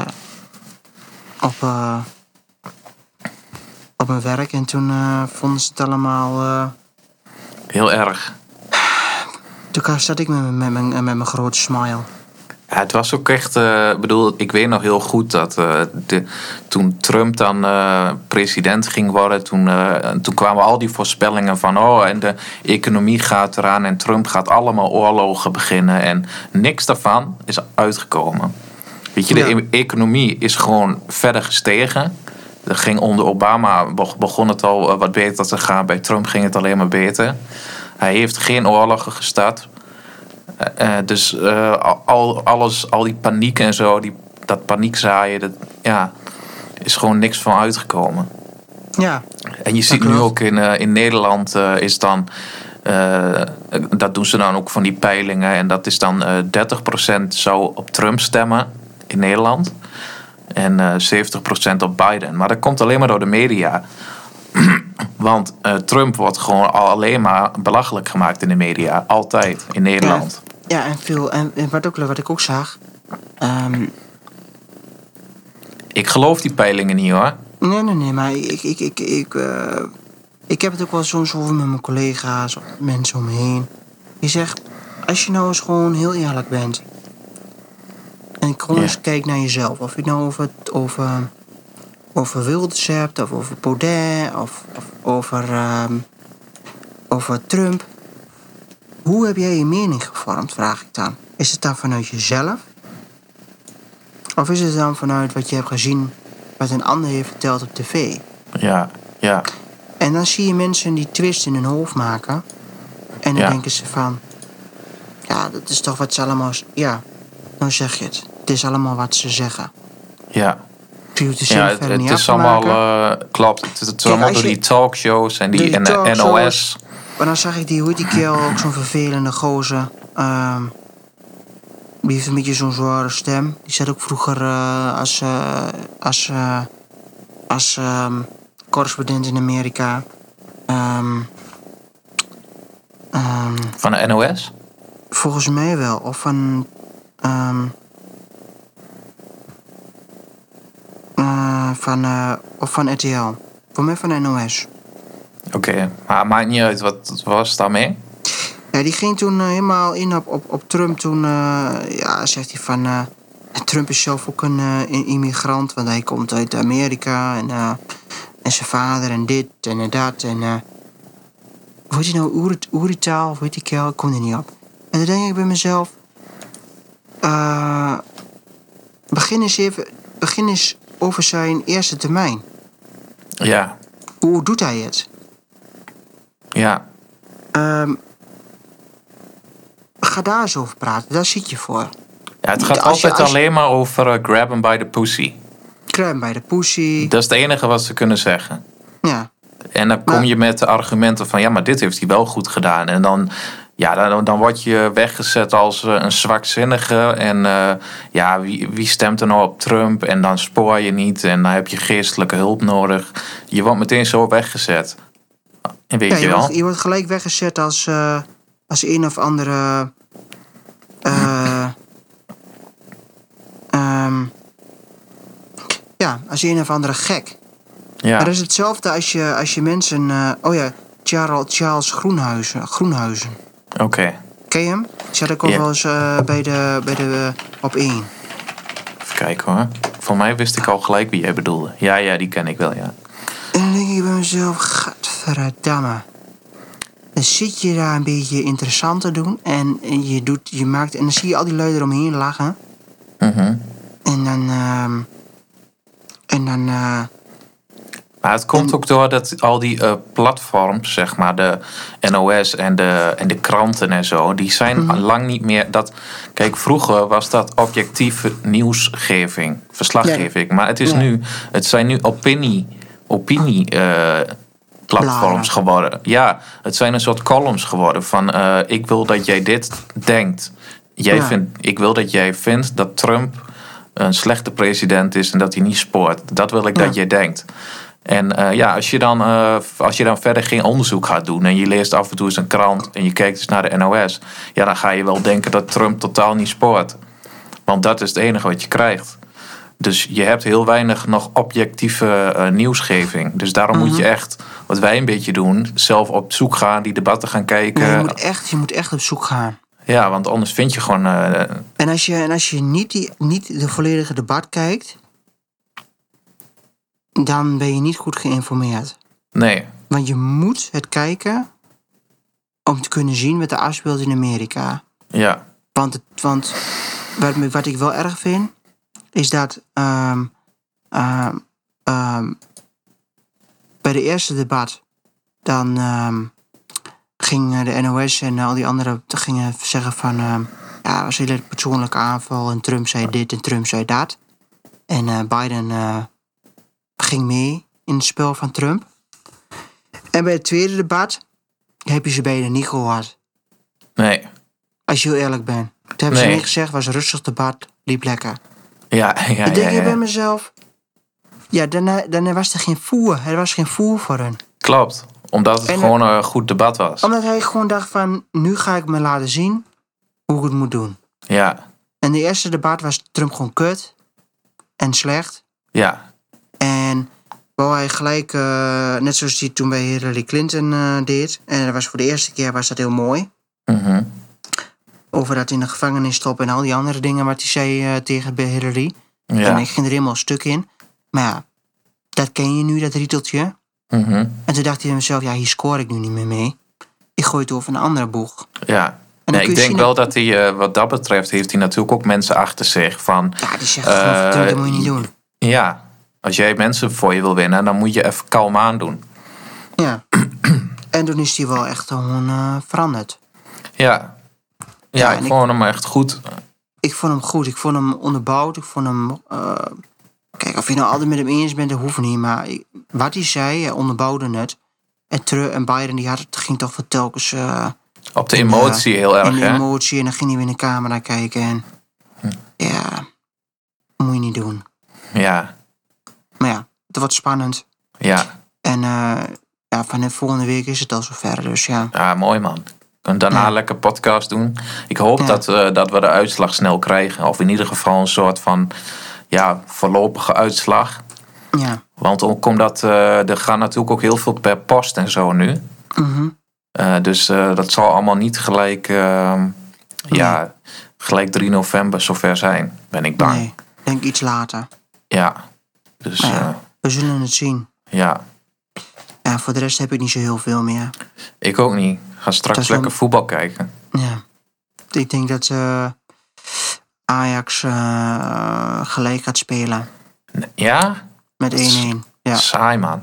op mijn werk. En toen vonden ze het allemaal... heel erg. Toen zat ik met mijn grote smile. Ja, het was ook echt, ik weet nog heel goed dat toen Trump dan president ging worden, toen kwamen al die voorspellingen van, en de economie gaat eraan en Trump gaat allemaal oorlogen beginnen en niks daarvan is uitgekomen. Weet je, de economie is gewoon verder gestegen. Er ging onder Obama, begon het al wat beter te gaan, bij Trump ging het alleen maar beter. Hij heeft geen oorlogen gestart. Dus al die paniek en zo, dat paniekzaaien, is gewoon niks van uitgekomen. Ja. En je ziet nu ook in Nederland is dan, dat doen ze dan ook van die peilingen, en dat is dan 30% zou op Trump stemmen in Nederland en 70% op Biden. Maar dat komt alleen maar door de media. Want Trump wordt gewoon alleen maar belachelijk gemaakt in de media. Altijd, in Nederland. Ja, en wat ik ook zag... Ik geloof die peilingen niet, hoor. Nee, maar ik heb het ook wel soms over met mijn collega's of mensen om me heen. Die zegt, als je nou eens gewoon heel eerlijk bent... en gewoon eens kijkt naar jezelf. Of je het nou over Wilders hebt, of over Baudet, of over Trump. Hoe heb jij je mening gevormd, vraag ik dan. Is het dan vanuit jezelf? Of is het dan vanuit wat je hebt gezien, wat een ander heeft verteld op tv? Ja. En dan zie je mensen die twist in hun hoofd maken. En dan denken ze van... Ja, dat is toch wat ze allemaal... Ja, nou zeg je het. Het is allemaal wat ze zeggen. Ja. Het is allemaal... klopt. Het is allemaal door die talkshows en die NOS. Maar dan zag ik hoe die kerel ook zo'n vervelende gozer. Die heeft een beetje zo'n zware stem. Die zat ook vroeger als correspondent in Amerika. Van de NOS? Volgens mij wel. Of van... of van RTL. Voor mij van de NOS. Oké, maar maakt niet uit. Wat was daarmee? Ja, die ging toen helemaal in op Trump. Toen zegt hij van... Trump is zelf ook een immigrant. Want hij komt uit Amerika. En zijn vader en dit en dat. En hoe heet hij nou? Oeritaal? Hoe heet die kerel? Ik kom er niet op. En dan denk ik bij mezelf... begin eens over zijn eerste termijn. Ja. Hoe doet hij het? Ja. Ga daar eens over praten. Daar zit je voor. Ja, het gaat altijd alleen maar over grab him by the pussy. Grab him by the pussy. Dat is het enige wat ze kunnen zeggen. Ja. En dan kom je met de argumenten van... ja, maar dit heeft hij wel goed gedaan. En dan word je weggezet als een zwakzinnige. En wie stemt er nou op Trump? En dan spoor je niet. En dan heb je geestelijke hulp nodig. Je wordt meteen zo weggezet. En weet je wel? Je wordt gelijk weggezet als een of andere... als een of andere gek. Ja. Maar dat is hetzelfde als je mensen... Charles Groenhuizen. Oké. Ken je hem? Die zat ook al wel eens bij de op 1. Even kijken, hoor. Voor mij wist ik al gelijk wie jij bedoelde. Ja, die ken ik wel, ja. En dan denk ik bij mezelf... Gadverdamme. dan zit je daar een beetje interessant te doen. En je maakt... En dan zie je al die lui eromheen lachen. Mhm. En dan... Maar het komt ook door dat al die platforms, zeg maar, de NOS en de kranten en zo, die zijn lang niet meer dat. Kijk, vroeger was dat objectieve nieuwsgeving, verslaggeving. Maar het is het zijn nu opinie platforms geworden. Ja, het zijn een soort columns geworden van ik wil dat jij dit denkt. Ik wil dat jij vindt dat Trump een slechte president is en dat hij niet spoort. Dat wil ik dat jij denkt. En als je dan verder geen onderzoek gaat doen en je leest af en toe eens een krant en je kijkt eens naar de NOS, ja, dan ga je wel denken dat Trump totaal niet spoort. Want dat is het enige wat je krijgt. Dus je hebt heel weinig nog objectieve nieuwsgeving. Dus daarom moet je echt, wat wij een beetje doen, zelf op zoek gaan, die debatten gaan kijken. Nee, je moet echt op zoek gaan. Ja, want anders vind je gewoon... En als je niet de volledige debat kijkt, dan ben je niet goed geïnformeerd. Nee. Want je moet het kijken om te kunnen zien wat er afspeelt in Amerika. Ja. Want wat ik wel erg vind, is dat bij de eerste debat, dan ging de NOS en al die anderen gingen zeggen van, het was een hele persoonlijke aanval en Trump zei dit en Trump zei dat. En Biden ging mee in het spel van Trump. En bij het tweede debat heb je ze beiden niet gehoord. Nee. Als je heel eerlijk bent. Toen hebben ze niet gezegd, was een rustig debat, liep lekker. Ja. Dan denk ik bij mezelf, dan was er geen voer. Er was geen voer voor hen. Klopt, omdat het gewoon een goed debat was. Omdat hij gewoon dacht van, nu ga ik me laten zien hoe ik het moet doen. Ja. En de eerste debat was Trump gewoon kut en slecht. Ja. En wou hij gelijk, net zoals hij toen bij Hillary Clinton deed. En dat was voor de eerste keer was dat heel mooi. Mm-hmm. Over dat in de gevangenis stoppen en al die andere dingen wat hij zei tegen bij Hillary. Ja. En ik ging er helemaal stuk in. Maar ja, dat ken je nu, dat rieteltje. Mm-hmm. En toen dacht hij bij mezelf, ja, hier scoor ik nu niet meer mee. Ik gooi het over een andere boeg. Ja. Nee, ik denk wel dat hij, wat dat betreft, heeft hij natuurlijk ook mensen achter zich van... Ja, die zeggen gewoon, dat moet je niet doen. Ja, als jij mensen voor je wil winnen, dan moet je even kalm aandoen. Ja. En toen is hij wel echt gewoon veranderd. Ja. Ja, ik vond hem echt goed. Ik vond hem goed. Ik vond hem onderbouwd. Ik vond hem... kijk, of je nou altijd met hem eens bent, dat hoeft niet. Maar wat hij zei, hij onderbouwde het. En Biden, ging toch wel telkens... op de emotie heel erg, hè? In de emotie. En dan ging hij weer in de camera kijken. En ja, dat moet je niet doen. Ja. Maar ja, het wordt spannend. Ja. En van de volgende week is het al zover. Dus ja. Ja, mooi man. En daarna lekker podcast doen. Ik hoop dat we de uitslag snel krijgen. Of in ieder geval een soort van voorlopige uitslag. Ja. Want ook omdat er gaan natuurlijk ook heel veel per post en zo nu. Mm-hmm. Dus dat zal allemaal niet gelijk, gelijk 3 november zover zijn, ben ik bang. Nee, denk iets later. Ja. Dus, we zullen het zien. Ja. Ja, voor de rest heb ik niet zo heel veel meer. Ik ook niet. Ga straks lekker voetbal kijken. Ja. Ik denk dat Ajax gelijk gaat spelen. Ja? Met 1-1. Ja. Saai, man.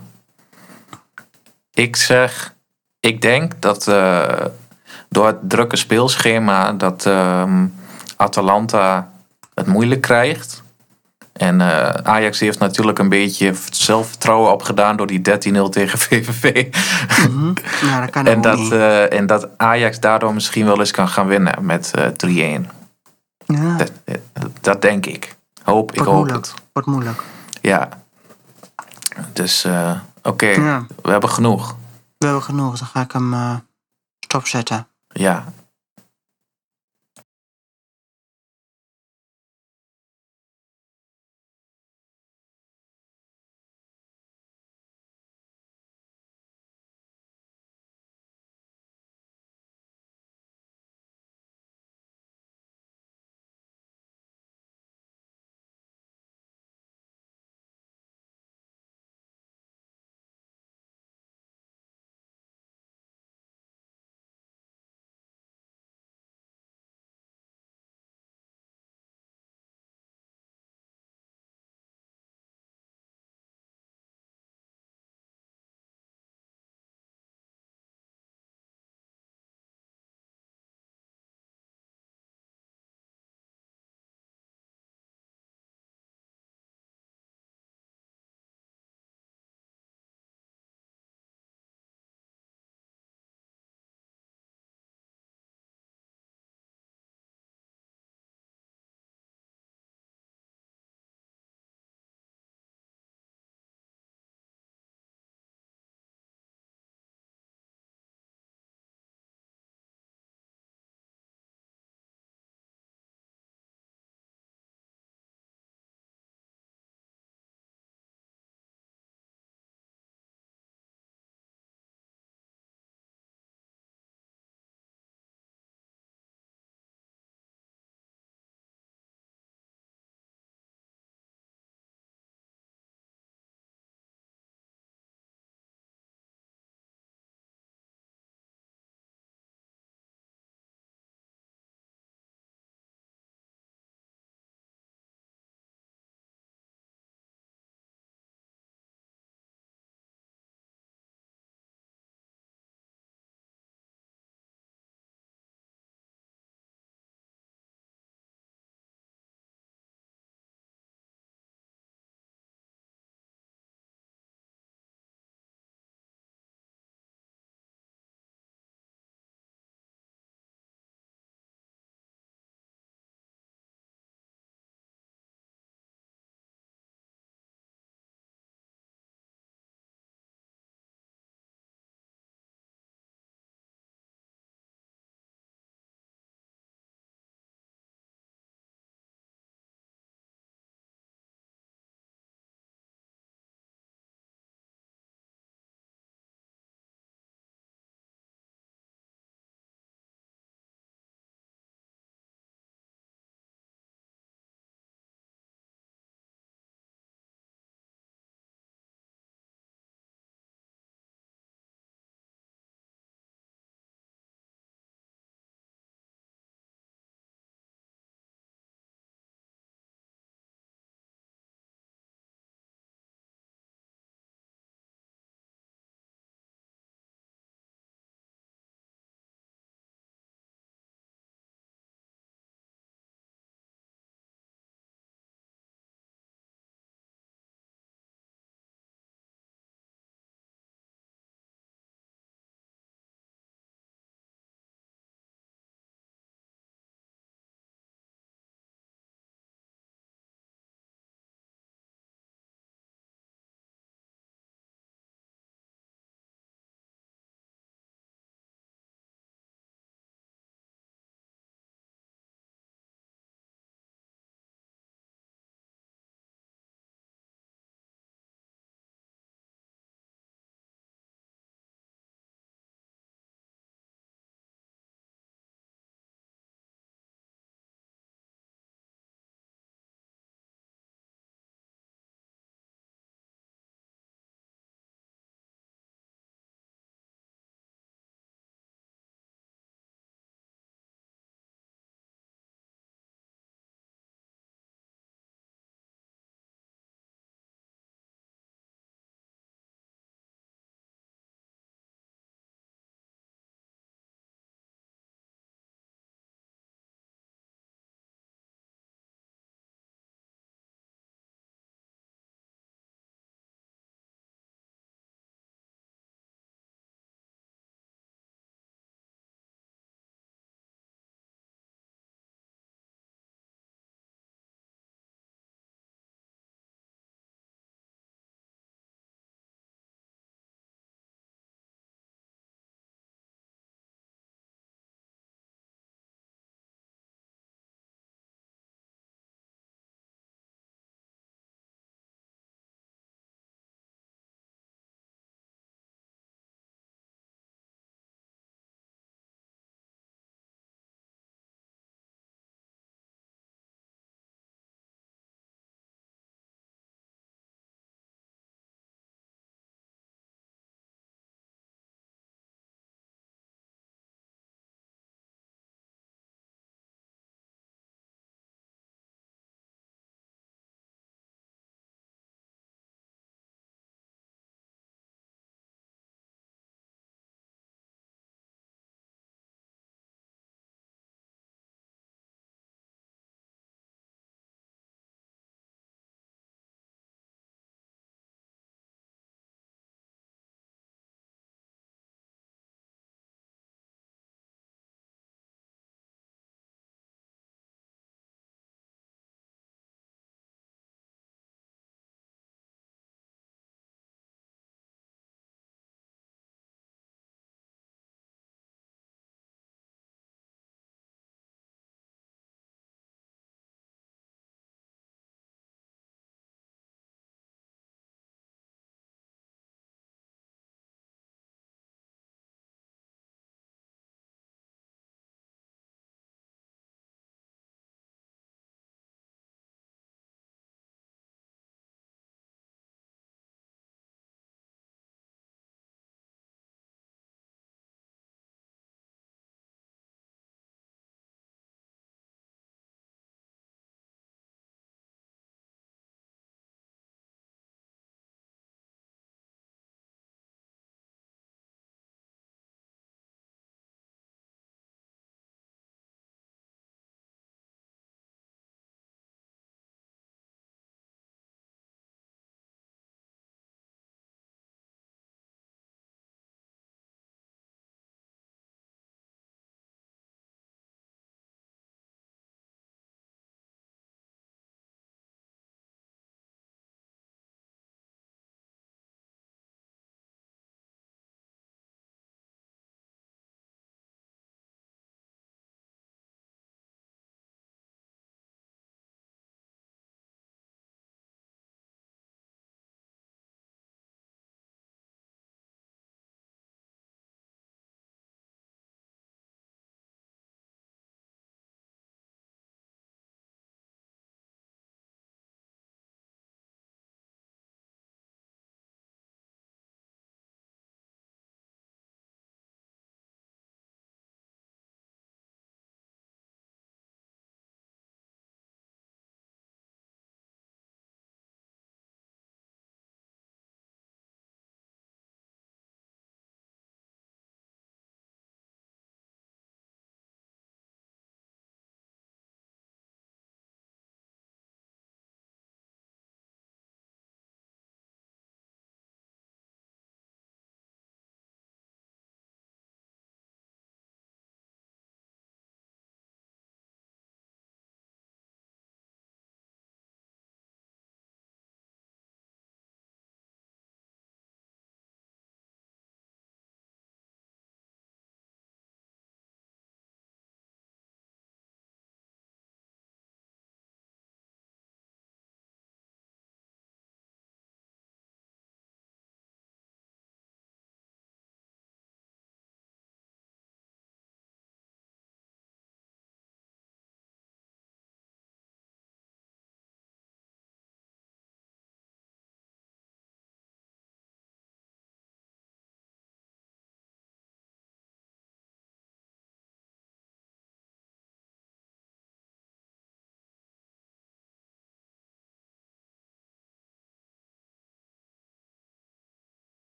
Ik denk dat door het drukke speelschema dat Atalanta het moeilijk krijgt. En Ajax heeft natuurlijk een beetje zelfvertrouwen opgedaan door die 13-0 tegen VVV. Mm-hmm. Ja, dat kan ook niet. En dat Ajax daardoor misschien wel eens kan gaan winnen met 3-1. Ja. Dat denk ik. Ik hoop het. Wordt moeilijk. Ja. Dus oké. We hebben genoeg. We hebben genoeg. Dan ga ik hem stopzetten. Ja.